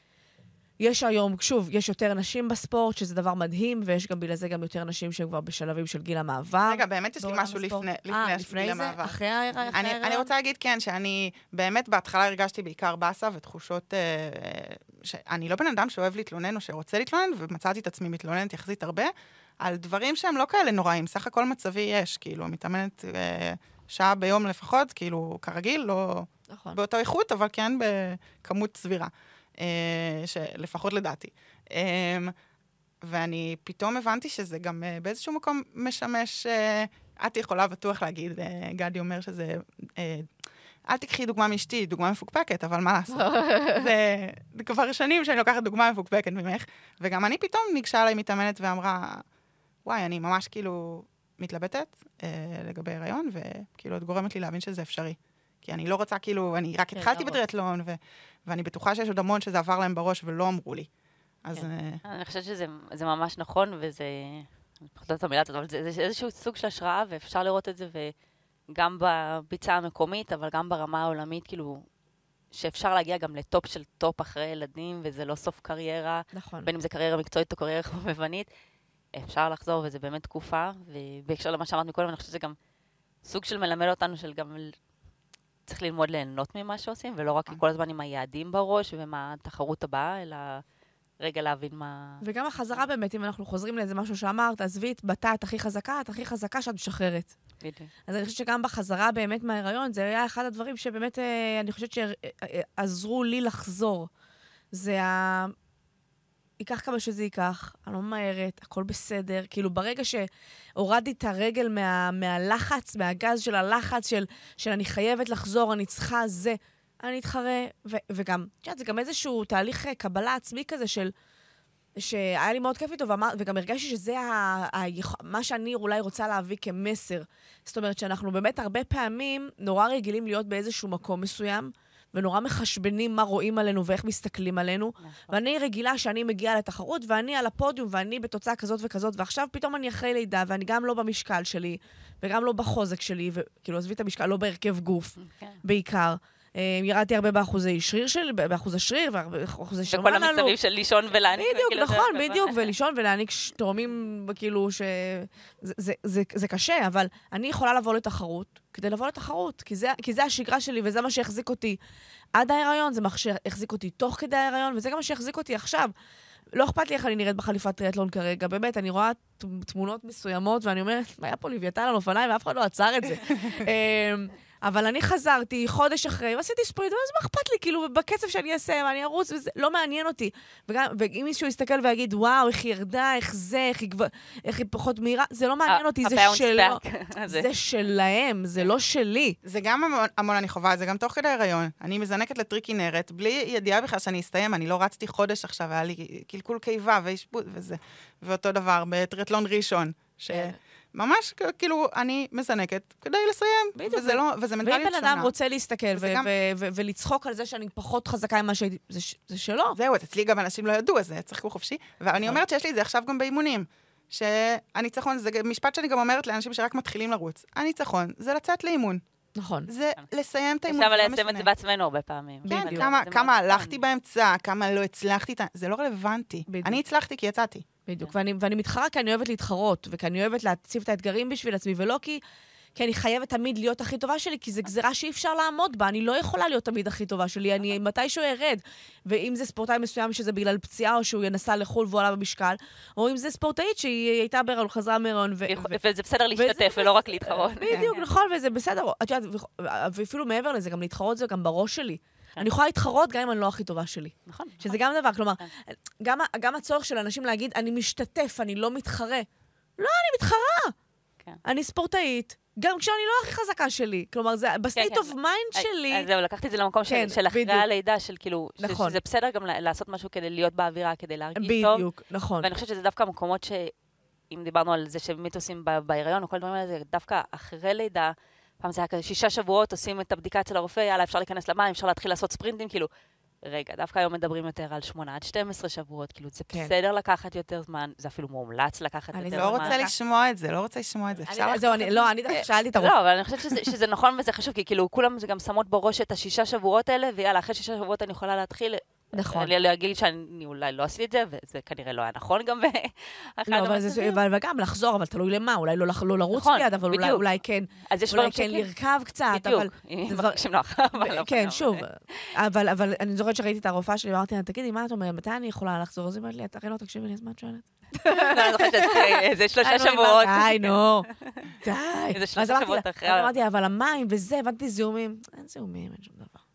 יש היום, שוב, יש יותר נשים בספורט, שזה דבר מדהים, ויש גם בגלל זה גם יותר נשים שהן כבר בשלבים של גיל המעבר. רגע, באמת יש לי משהו לפני גיל המעבר. אחרי ההיריון? אני רוצה להגיד, כן, שאני באמת בהתחלה הרגשתי בעיקר באסה ותחושות שאני לא בן אדם שאוהב להתלונן או שרוצה להתלונן, ומצאתי את עצמי מתלוננת יחסית הרבה, על דברים שהם לא כאלה נוראים. סך הכל מצבי יש, כאילו, מתאמנת שעה ביום לפחות, כאילו, כרגיל, לא באותו איכות, אבל כן בכמות סבירה. שלפחות לדעתי. ואני פתאום הבנתי שזה גם uh, באיזשהו מקום משמש, uh, את יכולה בטוח להגיד, uh, גדי אומר שזה, uh, אל תקחי דוגמה מאשתי, דוגמה מפוקפקת, אבל מה לעשות? זה, זה כבר שנים שאני לוקחת דוגמה מפוקפקת ממך, וגם אני פתאום ניגשה עליי מתאמנת ואמרה, וואי, אני ממש כאילו מתלבטת uh, לגבי הריון, וכאילו את גורמת לי להבין שזה אפשרי. כי אני לא רוצה, כאילו, אני רק התחלתי בטריאטלון, ו- ואני בטוחה שיש עוד המון שזה עבר להם בראש ולא אמרו לי. אז... אני חושבת שזה ממש נכון, וזה... אני פחות לא את המילה הזאת, אבל זה איזשהו סוג של השראה, ואפשר לראות את זה, וגם בביצה המקומית, אבל גם ברמה העולמית, כאילו, שאפשר להגיע גם לטופ של טופ אחרי ילדים, וזה לא סוף קריירה. נכון. בין אם זה קריירה מקצועית או קריירה חובבנית. אפשר לחזור, וזה באמת תקופה, ובהקשר למה שאמרת מקודם, אני חושבת שזה גם סוג של מלמד אותנו של גם... צריך ללמוד ליהנות ממה שעושים, ולא רק כל הזמן עם היעדים בראש, ומה התחרות הבאה, אלא רגע להבין מה... וגם החזרה באמת, אם אנחנו חוזרים לאיזה משהו שאמרת, עזבי את בתא, את הכי חזקה, את הכי חזקה שאת משחררת. בדיוק. אז אני חושבת שגם בחזרה באמת מההיריון, זה היה אחד הדברים שבאמת, אני חושבת שעזרו לי לחזור. זה ה... ייקח כמה שזה ייקח, אני לא ממהרת, הכל בסדר. כאילו, ברגע שהורדתי את הרגל מה, מהלחץ, מהגז של הלחץ, של, של אני חייבת לחזור, אני צריכה זה, אני אתחרה. ו, וגם, תשעת, זה גם איזשהו תהליך קבלה עצמי כזה של, שהיה לי מאוד כיף איתו, ואמר, וגם הרגשתי שזה ה, ה, מה שאני אולי רוצה להביא כמסר. זאת אומרת, שאנחנו באמת הרבה פעמים נורא רגילים להיות באיזשהו מקום מסוים, ונורא מחשבנים מה רואים עלינו ואיך מסתכלים עלינו. ואני רגילה שאני מגיעה לתחרות, ואני על הפודיום, ואני בתוצאה כזאת וכזאת, ועכשיו פתאום אני אחרי לידה, ואני גם לא במשקל שלי, וגם לא בחוזק שלי, וכאילו, עזבי את המשקל, לא בהרכב גוף, בעיקר. ירדתי הרבה באחוזי שריר שלי, באחוז השריר, ובאחוזי שרמן עלו. וכל המצבים של לישון ולהעניק. בדיוק, נכון, בדיוק, ולישון ולהעניק תורמים, כאילו, שזה קשה, אבל אני יכולה לבוא לתחרות, כדי לבוא לתחרות, כי זה השגרה שלי, וזה מה שהחזיק אותי עד ההיריון, זה מה שהחזיק אותי תוך כדי ההיריון, וזה גם מה שהחזיק אותי עכשיו. לא אכפת לי איך אני נראית בחליפת טריאטלון כרגע, באמת, אני רואה תמונות מסוימות, ואני אומרת, מה היה פה לוויתן על אופניים, ואף אחד לא עצר את זה. אבל אני חזרתי חודש אחרי, ועשיתי ספריט, ואז מה אכפת לי, כאילו, בקצב שאני אעשה, ואני ארוץ, וזה לא מעניין אותי. וגם, ואם מישהו יסתכל ויגיד, וואו, איך היא ירדה, איך זה, איך היא, איך היא פחות מהירה, זה לא מעניין אותי, זה שלו. זה שלהם, זה לא שלי. זה גם המון, המון אני חובה, זה גם תוך כדי הריון. אני מזנקת לטריק כנרת, בלי ידיעה בכלל שאני אסתיים, אני לא רצתי חודש עכשיו, היה לי קלקול קיבה והשפוט וזה. ואותו דבר, בטריאטלון ראשון, ש... ממש כאילו אני מזנקת כדי לסיים, וזה לא, וזה מנטליות שונה. ואם בן אדם רוצה להסתכל ולצחוק על זה שאני פחות חזקה ממה שהייתי, זה שלו. זהו, אצלי גם אנשים לא ידעו, אז צחקו חופשי. ואני אומרת שיש לי את זה עכשיו גם באימונים, שהניצחון, זה משפט שאני גם אומרת לאנשים שרק מתחילים לרוץ. הניצחון זה לצאת לאימון. נכון. זה לסיים את האימון. אפשר ליישם את זה בעצמנו הרבה פעמים. כן, כמה הלכתי באמצע, כמה לא הצלחתי, זה לא רלוונטי. אני הצלחתי כי יצאתי. בדיוק, ואני, ואני מתחרה כי אני אוהבת להתחרות, וכי אני אוהבת להציב את האתגרים בשביל עצמי, ולא כי, כי אני חייבת תמיד להיות הכי טובה שלי, כי זו גזירה שאי אפשר לעמוד בה, אני לא יכולה להיות תמיד הכי טובה שלי, אני מתישהו ארד, ואם זה ספורטאי מסוים שזה בגלל פציעה, או שהוא ינסה לחול והוא עלה במשקל, או אם זה ספורטאית שהיא הייתה בהיריון, חזרה מהיריון, ו... וזה בסדר להשתתף ולא רק להתחרות. בדיוק, נכון, וזה בסדר, ואפילו מעבר לזה, גם להתחרות זה גם בראש שלי. אני יכולה להתחרות גם אם אני לא הכי טובה שלי. נכון. שזה גם דבר, כלומר, גם, גם הצורך של אנשים להגיד, אני משתתף, אני לא מתחרה. לא, אני מתחרה. כן. אני ספורטאית, גם כשאני לא הכי חזקה שלי. כלומר, זה בסטייט אוף מיינד שלי. אז זהו, לקחתי את זה למקום של, של אחרי הלידה, של כאילו, נכון. שזה בסדר גם לעשות משהו כדי להיות באווירה, כדי להרגיש טוב. בדיוק, נכון. ואני חושבת שזה דווקא מקומות שאם דיברנו על זה שבאמת עושים בהיריון, או כל דברים האלה, זה דווקא אחרי לידה, פעם זה היה כזה שישה שבועות, עושים את הבדיקה אצל הרופא, יאללה, אפשר להיכנס למים, אפשר להתחיל לעשות ספרינטים, כאילו, רגע, דווקא היום מדברים יותר על שמונה עד שתים עשרה שבועות, כאילו, זה בסדר לקחת יותר זמן, זה אפילו מומלץ לקחת יותר זמן. אני לא רוצה לשמוע את זה, לא רוצה לשמוע את זה. זהו, לא, אני דווקא שאלתי את הרופא. לא, אבל אני חושבת שזה נכון וזה חשוב, כי כאילו, כולם גם שמות בראש את השישה שבועות האלה, ויאללה, אחרי שישה שבועות אני יכולה להתחיל נכון. להגיד שאני אולי לא עשיתי את זה, וזה כנראה לא היה נכון גם באחד המצבים. אבל גם לחזור, אבל תלוי למה, אולי לא לרוץ מיד, אבל אולי כן לרכב קצת. בדיוק, אם מרגישים נוח. כן, שוב. אבל אני זוכרת שראיתי את הרופאה שלי, אמרתי לה, תגידי, מה את אומרת? מתי אני יכולה לחזור? אז היא אומרת לי, הרי לא תקשיבי לי, אז מה את שואלת? אני זוכרת שזה שלושה שבועות. די, נו. די. זה שלושה שבועות אחרי. אמרתי, אבל המים וזה, הבנתי זיהומים. אין זיהומים, אין שום דבר.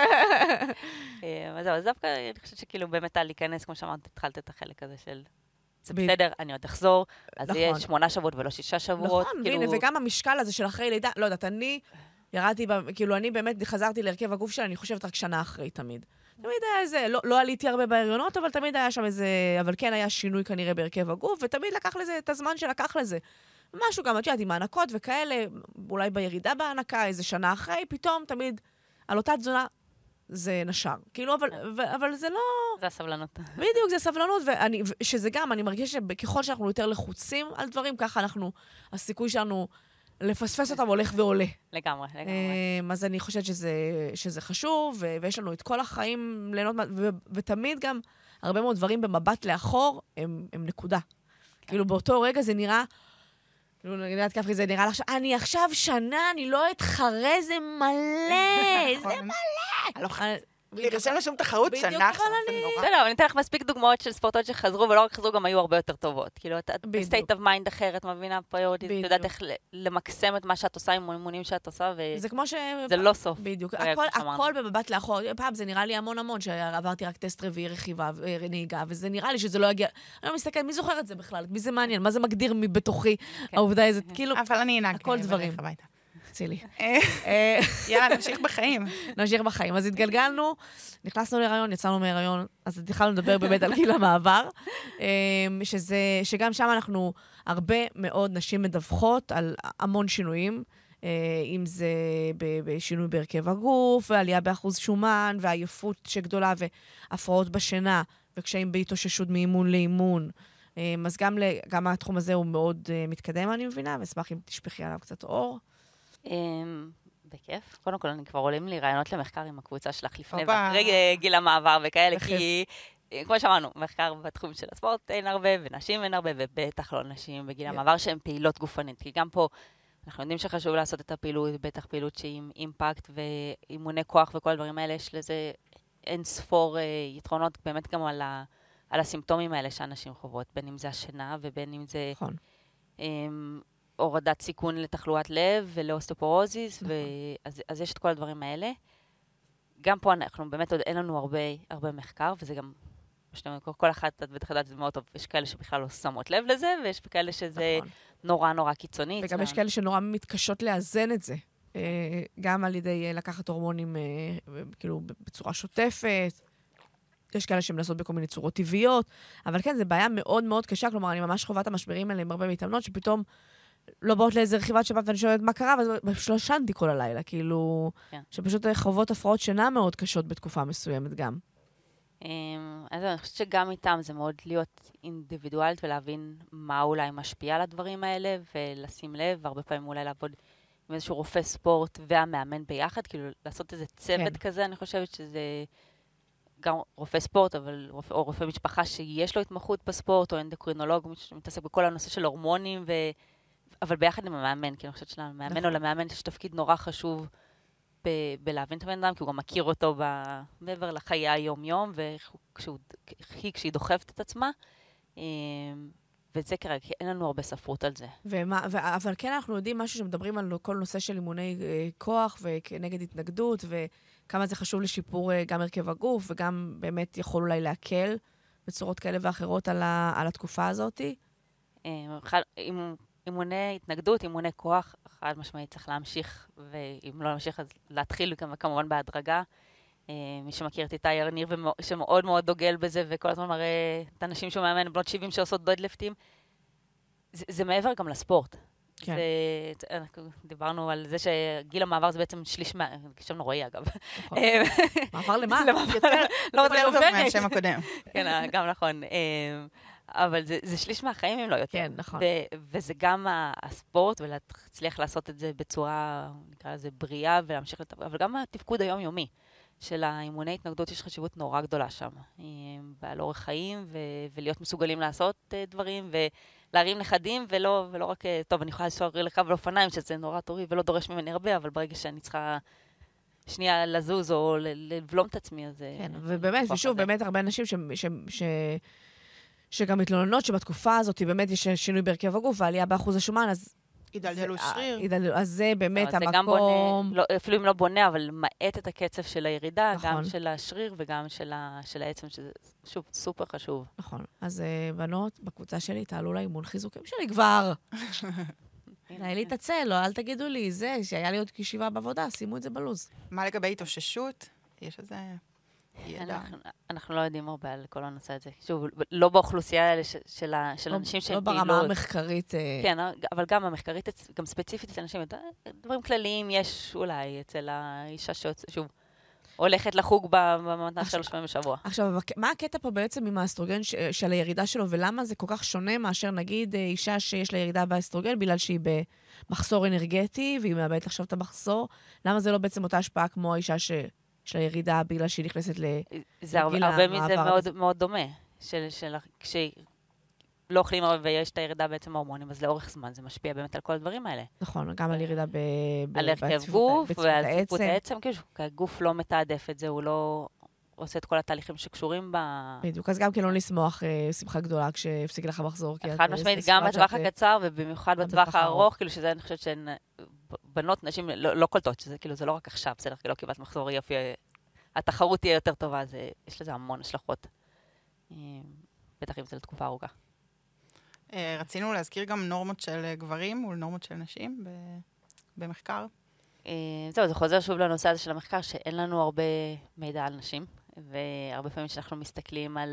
אז זהו, אז דווקא אני חושבת שכאילו באמת על להיכנס, כמו שאמרת, התחלת את החלק הזה של זה בסדר, אני עוד אחזור, אז זה יהיה שמונה שבועות ולא שישה שבועות. נכון, והנה, וגם המשקל הזה של אחרי לידה, לא יודעת, אני ירדתי, כאילו, אני באמת חזרתי להרכב הגוף שלה, אני חושבת רק שנה אחרי תמיד. תמיד היה איזה, לא, לא עליתי הרבה בהריונות, אבל תמיד היה שם איזה, אבל כן היה שינוי כנראה בהרכב הגוף, ותמיד לקח לזה את הזמן שלקח לזה. משהו גם, את יודעת, עם הענקות וכאלה, אולי בירידה בהענקה, איזה שנה אחרי, פתאום תמיד על אותה תזונה זה נשר. כאילו, אבל, ו, אבל זה לא... זה הסבלנות. בדיוק, זה סבלנות, ואני, שזה גם, אני מרגיש שככל שאנחנו יותר לחוצים על דברים, ככה אנחנו, הסיכוי שלנו לפספס אותם הולך ועולה. לגמרי, לגמרי. אז אני חושבת שזה, שזה חשוב, ו, ויש לנו את כל החיים ליהנות, ו, ותמיד גם הרבה מאוד דברים במבט לאחור, הם, הם נקודה. כאילו, באותו רגע זה נראה... כאילו, אני יודעת כפרי, זה נראה לך ש... אני עכשיו שנה, אני לא אתחרה, זה מלא, זה מלא. להירשם לשום תחרות שנה עכשיו, זה נורא. בסדר, אבל אני אתן לך מספיק דוגמאות של ספורטות שחזרו, ולא רק חזרו, גם היו הרבה יותר טובות. כאילו, את בסטייט אוף מיינד אחרת, מבינה פריוריטיז, את יודעת איך למקסם את מה שאת עושה עם אימונים שאת עושה, זה כמו ש... זה לא סוף. בדיוק, הכל במבט לאחור. פעם זה נראה לי המון המון, שעברתי רק טסט רביעי רכיבה, נהיגה, וזה נראה לי שזה לא יגיע... אני לא מסתכלת, מי זוכר את זה בכלל? מי זה מעניין? מה זה מגדיר מבתוכי? העובדה איזה, כאילו... אבל אני אנהג. הכל דברים. צילי. יאללה, נמשיך בחיים. נמשיך בחיים. אז התגלגלנו, נכנסנו להיריון, יצאנו מהיריון, אז התחלנו לדבר באמת על גיל המעבר, שזה, שגם שם אנחנו, הרבה מאוד נשים מדווחות על המון שינויים, אם זה בשינוי בהרכב הגוף, ועלייה באחוז שומן, ועייפות שגדולה, והפרעות בשינה, וקשיים בהתאוששות מאימון לאימון. אז גם, גם התחום הזה הוא מאוד מתקדם, אני מבינה, ואשמח אם תשפכי עליו קצת אור. בכיף. קודם כל, אני כבר עולים לי רעיונות למחקר עם הקבוצה שלך לפני ואחרי גיל המעבר וכאלה, כי כמו שאמרנו, מחקר בתחום של הספורט אין הרבה, ונשים אין הרבה, ובטח לא נשים בגיל המעבר שהן פעילות גופנית, כי גם פה אנחנו יודעים שחשוב לעשות את הפעילות, בטח פעילות שהיא עם אימפקט ואימוני כוח וכל הדברים האלה, יש לזה אין ספור יתרונות באמת גם על, ה, על הסימפטומים האלה שאנשים חוות, בין אם זה השינה ובין אם זה... נכון. הורדת סיכון לתחלואת לב ולאוסטופורוזיס, ואז, אז יש את כל הדברים האלה. גם פה אנחנו באמת עוד אין לנו הרבה, הרבה מחקר, וזה גם, כל, כל אחת, את בטח יודעת, זה מאוד טוב, יש כאלה שבכלל לא שמות לב לזה, ויש כאלה שזה נכון. נורא נורא קיצוני. וגם יש כאלה שנורא מתקשות לאזן את זה, גם על ידי לקחת הורמונים כאילו בצורה שוטפת, יש כאלה שמנסות בכל מיני צורות טבעיות, אבל כן, זה בעיה מאוד מאוד קשה, כלומר, אני ממש חובת המשברים האלה עם הרבה מתאמנות, שפתאום לא באות לאיזה רכיבת שבת ואני שואלת מה קרה, ופשוט לא שנתי כל הלילה, כאילו, שפשוט חוות הפרעות שינה מאוד קשות בתקופה מסוימת גם. אז אני חושבת שגם איתם זה מאוד להיות אינדיבידואלית ולהבין מה אולי משפיע על הדברים האלה, ולשים לב, והרבה פעמים אולי לעבוד עם איזשהו רופא ספורט והמאמן ביחד, כאילו לעשות איזה צוות כזה, אני חושבת שזה גם רופא ספורט, אבל רופא, או רופא משפחה שיש לו התמחות בספורט, או אנדוקרינולוג, שמתעסק בכל הנושא של הורמונים, ו... אבל ביחד עם המאמן, כי אני חושבת שלמאמן נכון. או למאמן יש תפקיד נורא חשוב ב- בלהבין את הבן אדם, כי הוא גם מכיר אותו ב- מעבר לחיי היום-יום, והיא כשהיא דוחפת את עצמה, וזה כרגע, כי אין לנו הרבה ספרות על זה. ומה, ו- אבל כן אנחנו יודעים משהו שמדברים על כל נושא של אימוני אה, כוח ונגד התנגדות, וכמה זה חשוב לשיפור אה, גם הרכב הגוף, וגם באמת יכול אולי להקל בצורות כאלה ואחרות על, ה- על התקופה הזאת. אם... אימוני התנגדות, אימוני כוח, חד משמעית צריך להמשיך, ואם לא להמשיך אז להתחיל כמובן בהדרגה. מי שמכיר את איתי ירניר שמאוד מאוד דוגל בזה, וכל הזמן מראה את האנשים שהוא מאמן, בנות שבעים שעושות דדליפטים. זה, זה מעבר גם לספורט. כן. זה, דיברנו על זה שגיל המעבר זה בעצם שליש מה... שם נוראי אגב. מעבר למה? לא רוצה לראות מהשם הקודם. כן, גם נכון. אבל זה, זה שליש מהחיים אם לא יותר. כן, נכון. ו- וזה גם הספורט, ולהצליח לעשות את זה בצורה, נקרא לזה, בריאה, ולהמשיך לתפקד, אבל גם התפקוד היומיומי של האימוני התנגדות, יש חשיבות נורא גדולה שם. ועל אורח חיים, ו- ולהיות מסוגלים לעשות uh, דברים, ולהרים נכדים, ולא, ולא רק, טוב, אני יכולה לנסוע לקו לאופניים, שזה נורא טורי, ולא דורש ממני הרבה, אבל ברגע שאני צריכה שנייה לזוז, או לבלום את עצמי, אז... כן, ובאמת, ושוב, באמת הרבה אנשים ש... ש-, ש- שגם מתלוננות שבתקופה הזאת באמת יש שינוי בהרכב הגוף, ועלייה באחוז השומן, אז הידלדלו זה- שריר. הידלדלו- אז זה באמת אבל זה גם בונה, המקום... לא, אפילו אם לא בונה, אבל מאט את הקצב של הירידה, נכון. גם של השריר וגם של, ה, של העצם, שזה שוב סופר חשוב. נכון. אז אה, בנות, בקבוצה שלי, תעלו לאימון חיזוקים שלי כבר. תנהל לי את הצל, לא, אל תגידו לי, זה, שהיה לי עוד ישיבה בעבודה, שימו את זה בלוז. מה לגבי התאוששות? יש איזה ידע. אנחנו, אנחנו לא יודעים הרבה על כל הנושא הזה. שוב, לא באוכלוסייה האלה של, של, ה- של לא- אנשים שהם לא פעילות. ברמה המחקרית. אה, כן, אבל גם המחקרית, אצ- גם ספציפית אצל אנשים, דברים כלליים יש אולי אצל האישה שוב, הולכת לחוג במתנה שלוש פעמים בשבוע. עכשיו, הק- מה הקטע פה בעצם עם האסטרוגן ש- של הירידה שלו, ולמה זה כל כך שונה מאשר נגיד אה, אישה שיש לה ירידה באסטרוגן, בגלל שהיא במחסור אנרגטי, והיא מאבדת עכשיו את המחסור? למה זה לא בעצם אותה השפעה כמו האישה שיש לה ירידה בגלל שהיא נכנסת ל... זה הרבה, לגיל הרבה מזה המעבר מאוד, הזה. מאוד דומה. של, של, כשלא אוכלים הרבה ויש את הירידה בעצם ההורמונים, אז לאורך זמן זה משפיע באמת על כל הדברים האלה. נכון, גם על ירידה ב... ב- על הרכב בצפיפות- גוף בצפיפות ועל העצם. צפיפות העצם, כאילו, כי הגוף לא מתעדף את זה, הוא לא עושה את כל התהליכים שקשורים ב... בדיוק, אז גם כן לא לשמוח אה, שמחה גדולה כשהפסיק לך מחזור. כי את, חד אה, משמעית, זה גם סיבה בטווח שאת, אה, הקצר ובמיוחד גם בטווח בטווח הארוך. הארוך, כאילו שזה אני חושבת שהן בנות, נשים לא, לא קולטות, שזה כאילו זה לא רק עכשיו, בסדר, כי לא קיבלת מחזור יופי, התחרות תהיה יותר טובה, זה, יש לזה המון השלכות. אה, בטח אם זה לתקופה ארוכה. אה, רצינו להזכיר גם נורמות של אה, גברים מול נורמות של נשים ב- במחקר. אה, זהו, זה חוזר שוב לנושא הזה של המחקר, שאין לנו הרבה מידע על נשים, והרבה פעמים שאנחנו מסתכלים על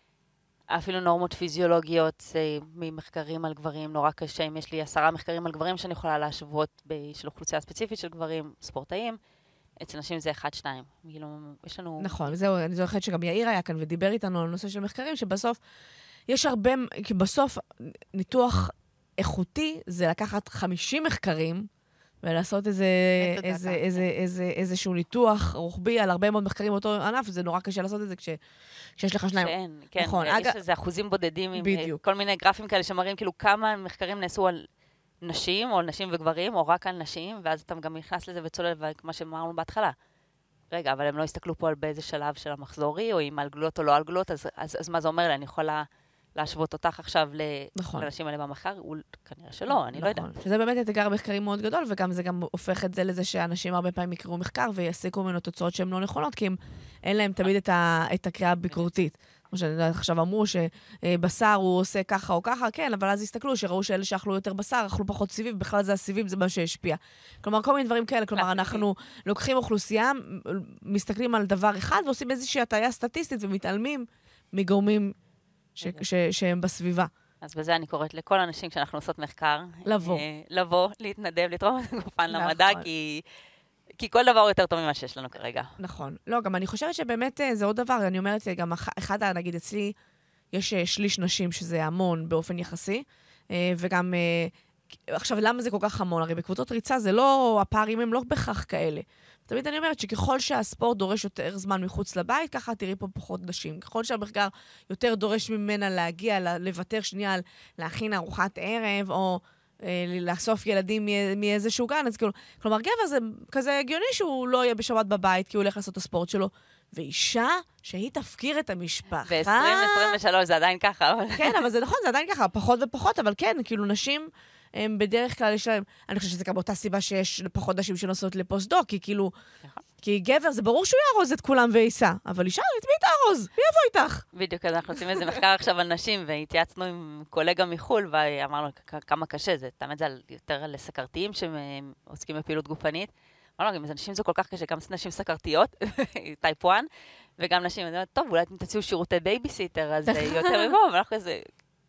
אפילו נורמות פיזיולוגיות אה, ממחקרים על גברים, נורא קשה, אם יש לי עשרה מחקרים על גברים שאני יכולה להשוות ב- של אוכלוסייה ספציפית של גברים, ספורטאים, אצל נשים זה אחד, שתיים. כאילו, יש לנו... נכון, זהו, אני זוכרת שגם יאיר היה כאן ודיבר איתנו על נושא של מחקרים, שבסוף יש הרבה, כי בסוף ניתוח איכותי זה לקחת חמישים מחקרים, ולעשות איזה, מטה איזה, דאטה. איזה, איזה, איזשהו ניתוח רוחבי על הרבה מאוד מחקרים באותו ענף, זה נורא קשה לעשות את זה כש, כשיש לך שניים. שאין, כן, נכון, יש אגב- איזה אחוזים בודדים עם אה, בדיוק. כל מיני גרפים כאלה שמראים כאילו כמה מחקרים נעשו על נשים, או על נשים וגברים, או רק על נשים, ואז אתה גם נכנס לזה וצולל, כמו שאמרנו בהתחלה. רגע, אבל הם לא הסתכלו פה על באיזה שלב של המחזורי, או אם על גלולות או לא על גלולות, אז, אז, אז מה זה אומר לי? אני יכולה להשוות אותך עכשיו ל- נכון. לאנשים האלה במחקר? הוא, כנראה שלא, אני לא יודעת. נכון, שזה באמת אתגר מחקרי מאוד גדול, וגם זה גם הופך את זה לזה שאנשים הרבה פעמים יקראו מחקר ויסיקו ממנו תוצאות שהן לא נכונות, כי הם, אין להם תמיד את, ה, את הקריאה הביקורתית. כמו שאני יודעת, עכשיו אמרו שבשר הוא עושה ככה או ככה, כן, אבל אז הסתכלו שראו שאלה שאכלו יותר בשר, אכלו פחות סיבים, בכלל זה הסיבים, זה מה שהשפיע. כלומר, כל מיני דברים כאלה, כלומר, אנחנו לוקחים אוכלוסייה, מסתכלים על דבר אחד, ועושים איזושהי הטעיה סטטיסטית ומתעלמים מגורמים ש, ש, שהם בסביבה. אז בזה אני קוראת לכל האנשים, כשאנחנו עושות מחקר, לבוא. אה, לבוא, להתנדב, לתרום את גופן נכון. למדע, כי, כי כל דבר הוא יותר טוב ממה שיש לנו כרגע. נכון. לא, גם אני חושבת שבאמת אה, זה עוד דבר, אני אומרת, גם אח- אחד, ה- נגיד אצלי, יש אה, שליש נשים שזה המון באופן יחסי, אה, וגם, אה, עכשיו, למה זה כל כך המון? הרי בקבוצות ריצה זה לא, הפערים הם לא בכך כאלה. תמיד אני אומרת שככל שהספורט דורש יותר זמן מחוץ לבית, ככה תראי פה פחות נשים. ככל שהמחקר יותר דורש ממנה להגיע, ל- לוותר שנייה על להכין ארוחת ערב, או אה, לאסוף ילדים מא- מאיזשהו גן, אז כאילו, כלומר, גבר זה כזה הגיוני שהוא לא יהיה בשבת בבית, כי הוא הולך לעשות את הספורט שלו. ואישה, שהיא תפקיר את המשפחה. ב-עשרים עשרים ושלוש זה עדיין ככה, אבל... כן, אבל זה נכון, זה עדיין ככה, פחות ופחות, אבל כן, כאילו נשים, הם בדרך כלל יש להם, אני חושבת שזה גם אותה סיבה שיש פחות נשים שנוסעות לפוסט-דוק, כי כאילו, נכון. כי גבר, זה ברור שהוא יארוז את כולם וייסע, אבל אישה, את מי תארוז? מי יבוא איתך? בדיוק, אז אנחנו עושים איזה מחקר עכשיו על נשים, והתייעצנו עם קולגה מחו"ל, ואמרנו כ- כמה קשה זה, תאמת זה על- יותר על סכרתיים שעוסקים בפעילות גופנית. אמרנו, גם אז נשים זה כל כך קשה, גם נשים סכרתיות, טייפ אחת, וגם נשים, אני אומרת, טוב, אולי אתם תציעו שירותי בייביסיטר, אז זה יותר מבוא, ואנחנו כזה,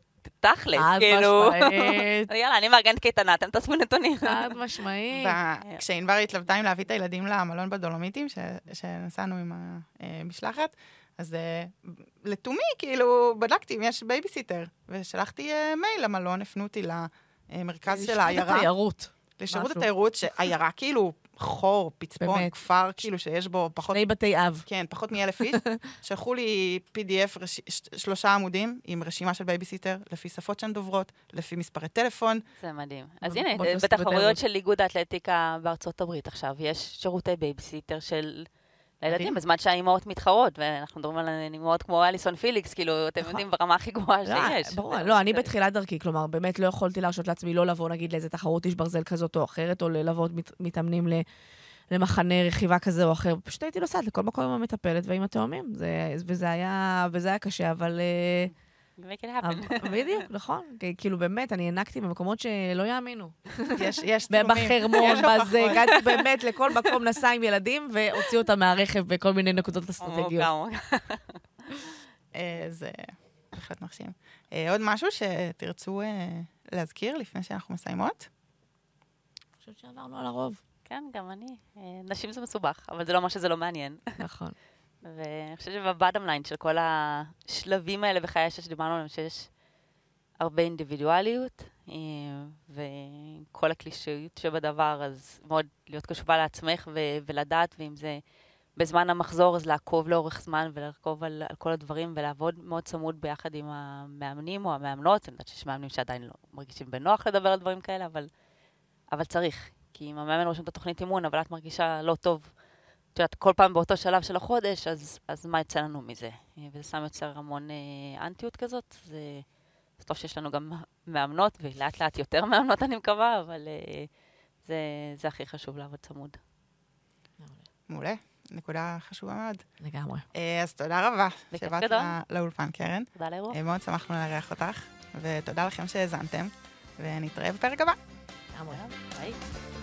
תכלס, חד כאילו. משמעית. יאללה, אני מארגנת קייטנה, אתם תאספו נתונים. חד משמעית. ב- כשענבר התלבטה אם להביא את הילדים למלון בדולומיטים, ש- שנסענו עם המשלחת, אז אה, לתומי, כאילו, בדקתי אם יש בייביסיטר, ושלחתי אה, מייל למלון, הפנו אותי למרכז של העיירה. תיירות. לשירות משהו. התיירות, שעיירה כאילו חור, פצפון, באמת. כפר, כאילו שיש בו פחות... שני בתי אב. כן, פחות מאלף איש. שלחו לי פי די אף, רש... ש- שלושה עמודים עם רשימה של בייביסיטר, לפי שפות שהן דוברות, לפי מספרי טלפון. זה מדהים. אז בוא- הנה, בוא נעשה בתחרויות בתיירות. של איגוד האתלטיקה בארצות הברית עכשיו, יש שירותי בייביסיטר של לילדים, בזמן שהאימהות מתחרות, ואנחנו מדברים על אימהות כמו אליסון פיליקס, כאילו, אתם יודעים, ברמה הכי גבוהה שיש. ברור, לא, אני בתחילת דרכי, כלומר, באמת לא יכולתי להרשות לעצמי לא לבוא, נגיד, לאיזה תחרות איש ברזל כזאת או אחרת, או ללוות מתאמנים למחנה רכיבה כזה או אחר. פשוט הייתי נוסעת לכל מקום עם המטפלת ועם התאומים, וזה היה קשה, אבל... make it happen. בדיוק, נכון. כאילו, באמת, אני הענקתי במקומות שלא יאמינו. יש צילומים. בחרמון, בזה, הגעתי באמת לכל מקום, נסע עם ילדים, והוציאו אותם מהרכב בכל מיני נקודות אסטרטגיות. זה בהחלט מרשים. עוד משהו שתרצו להזכיר לפני שאנחנו מסיימות? אני חושבת שעברנו על הרוב. כן, גם אני. נשים זה מסובך, אבל זה לא מה שזה לא מעניין. נכון. ואני חושבת שבבאדם ליין של כל השלבים האלה בחיי שדיברנו עליהם, שיש הרבה אינדיבידואליות, וכל הקלישאיות שבדבר, אז מאוד להיות קשובה לעצמך ו- ולדעת, ואם זה בזמן המחזור, אז לעקוב לאורך זמן ולעקוב על, על כל הדברים, ולעבוד מאוד צמוד ביחד עם המאמנים או המאמנות. אני יודעת שיש מאמנים שעדיין לא מרגישים בנוח לדבר על דברים כאלה, אבל, אבל צריך. כי אם המאמן רושם את התוכנית אימון, אבל את מרגישה לא טוב, את יודעת, כל פעם באותו שלב של החודש, אז, אז מה יצא לנו מזה? וזה שם יוצר המון אה, אנטיות כזאת. זה, זה טוב שיש לנו גם מאמנות, ולאט לאט יותר מאמנות אני מקווה, אבל אה, זה, זה הכי חשוב לעבוד צמוד. מעולה. נקודה חשובה מאוד. לגמרי. אה, אז תודה רבה שבאת לאולפן, קרן. תודה לאירוע. אה, מאוד שמחנו לארח אותך, ותודה לכם שהאזנתם, ונתראה בפרק הבא. לגמרי. ביי.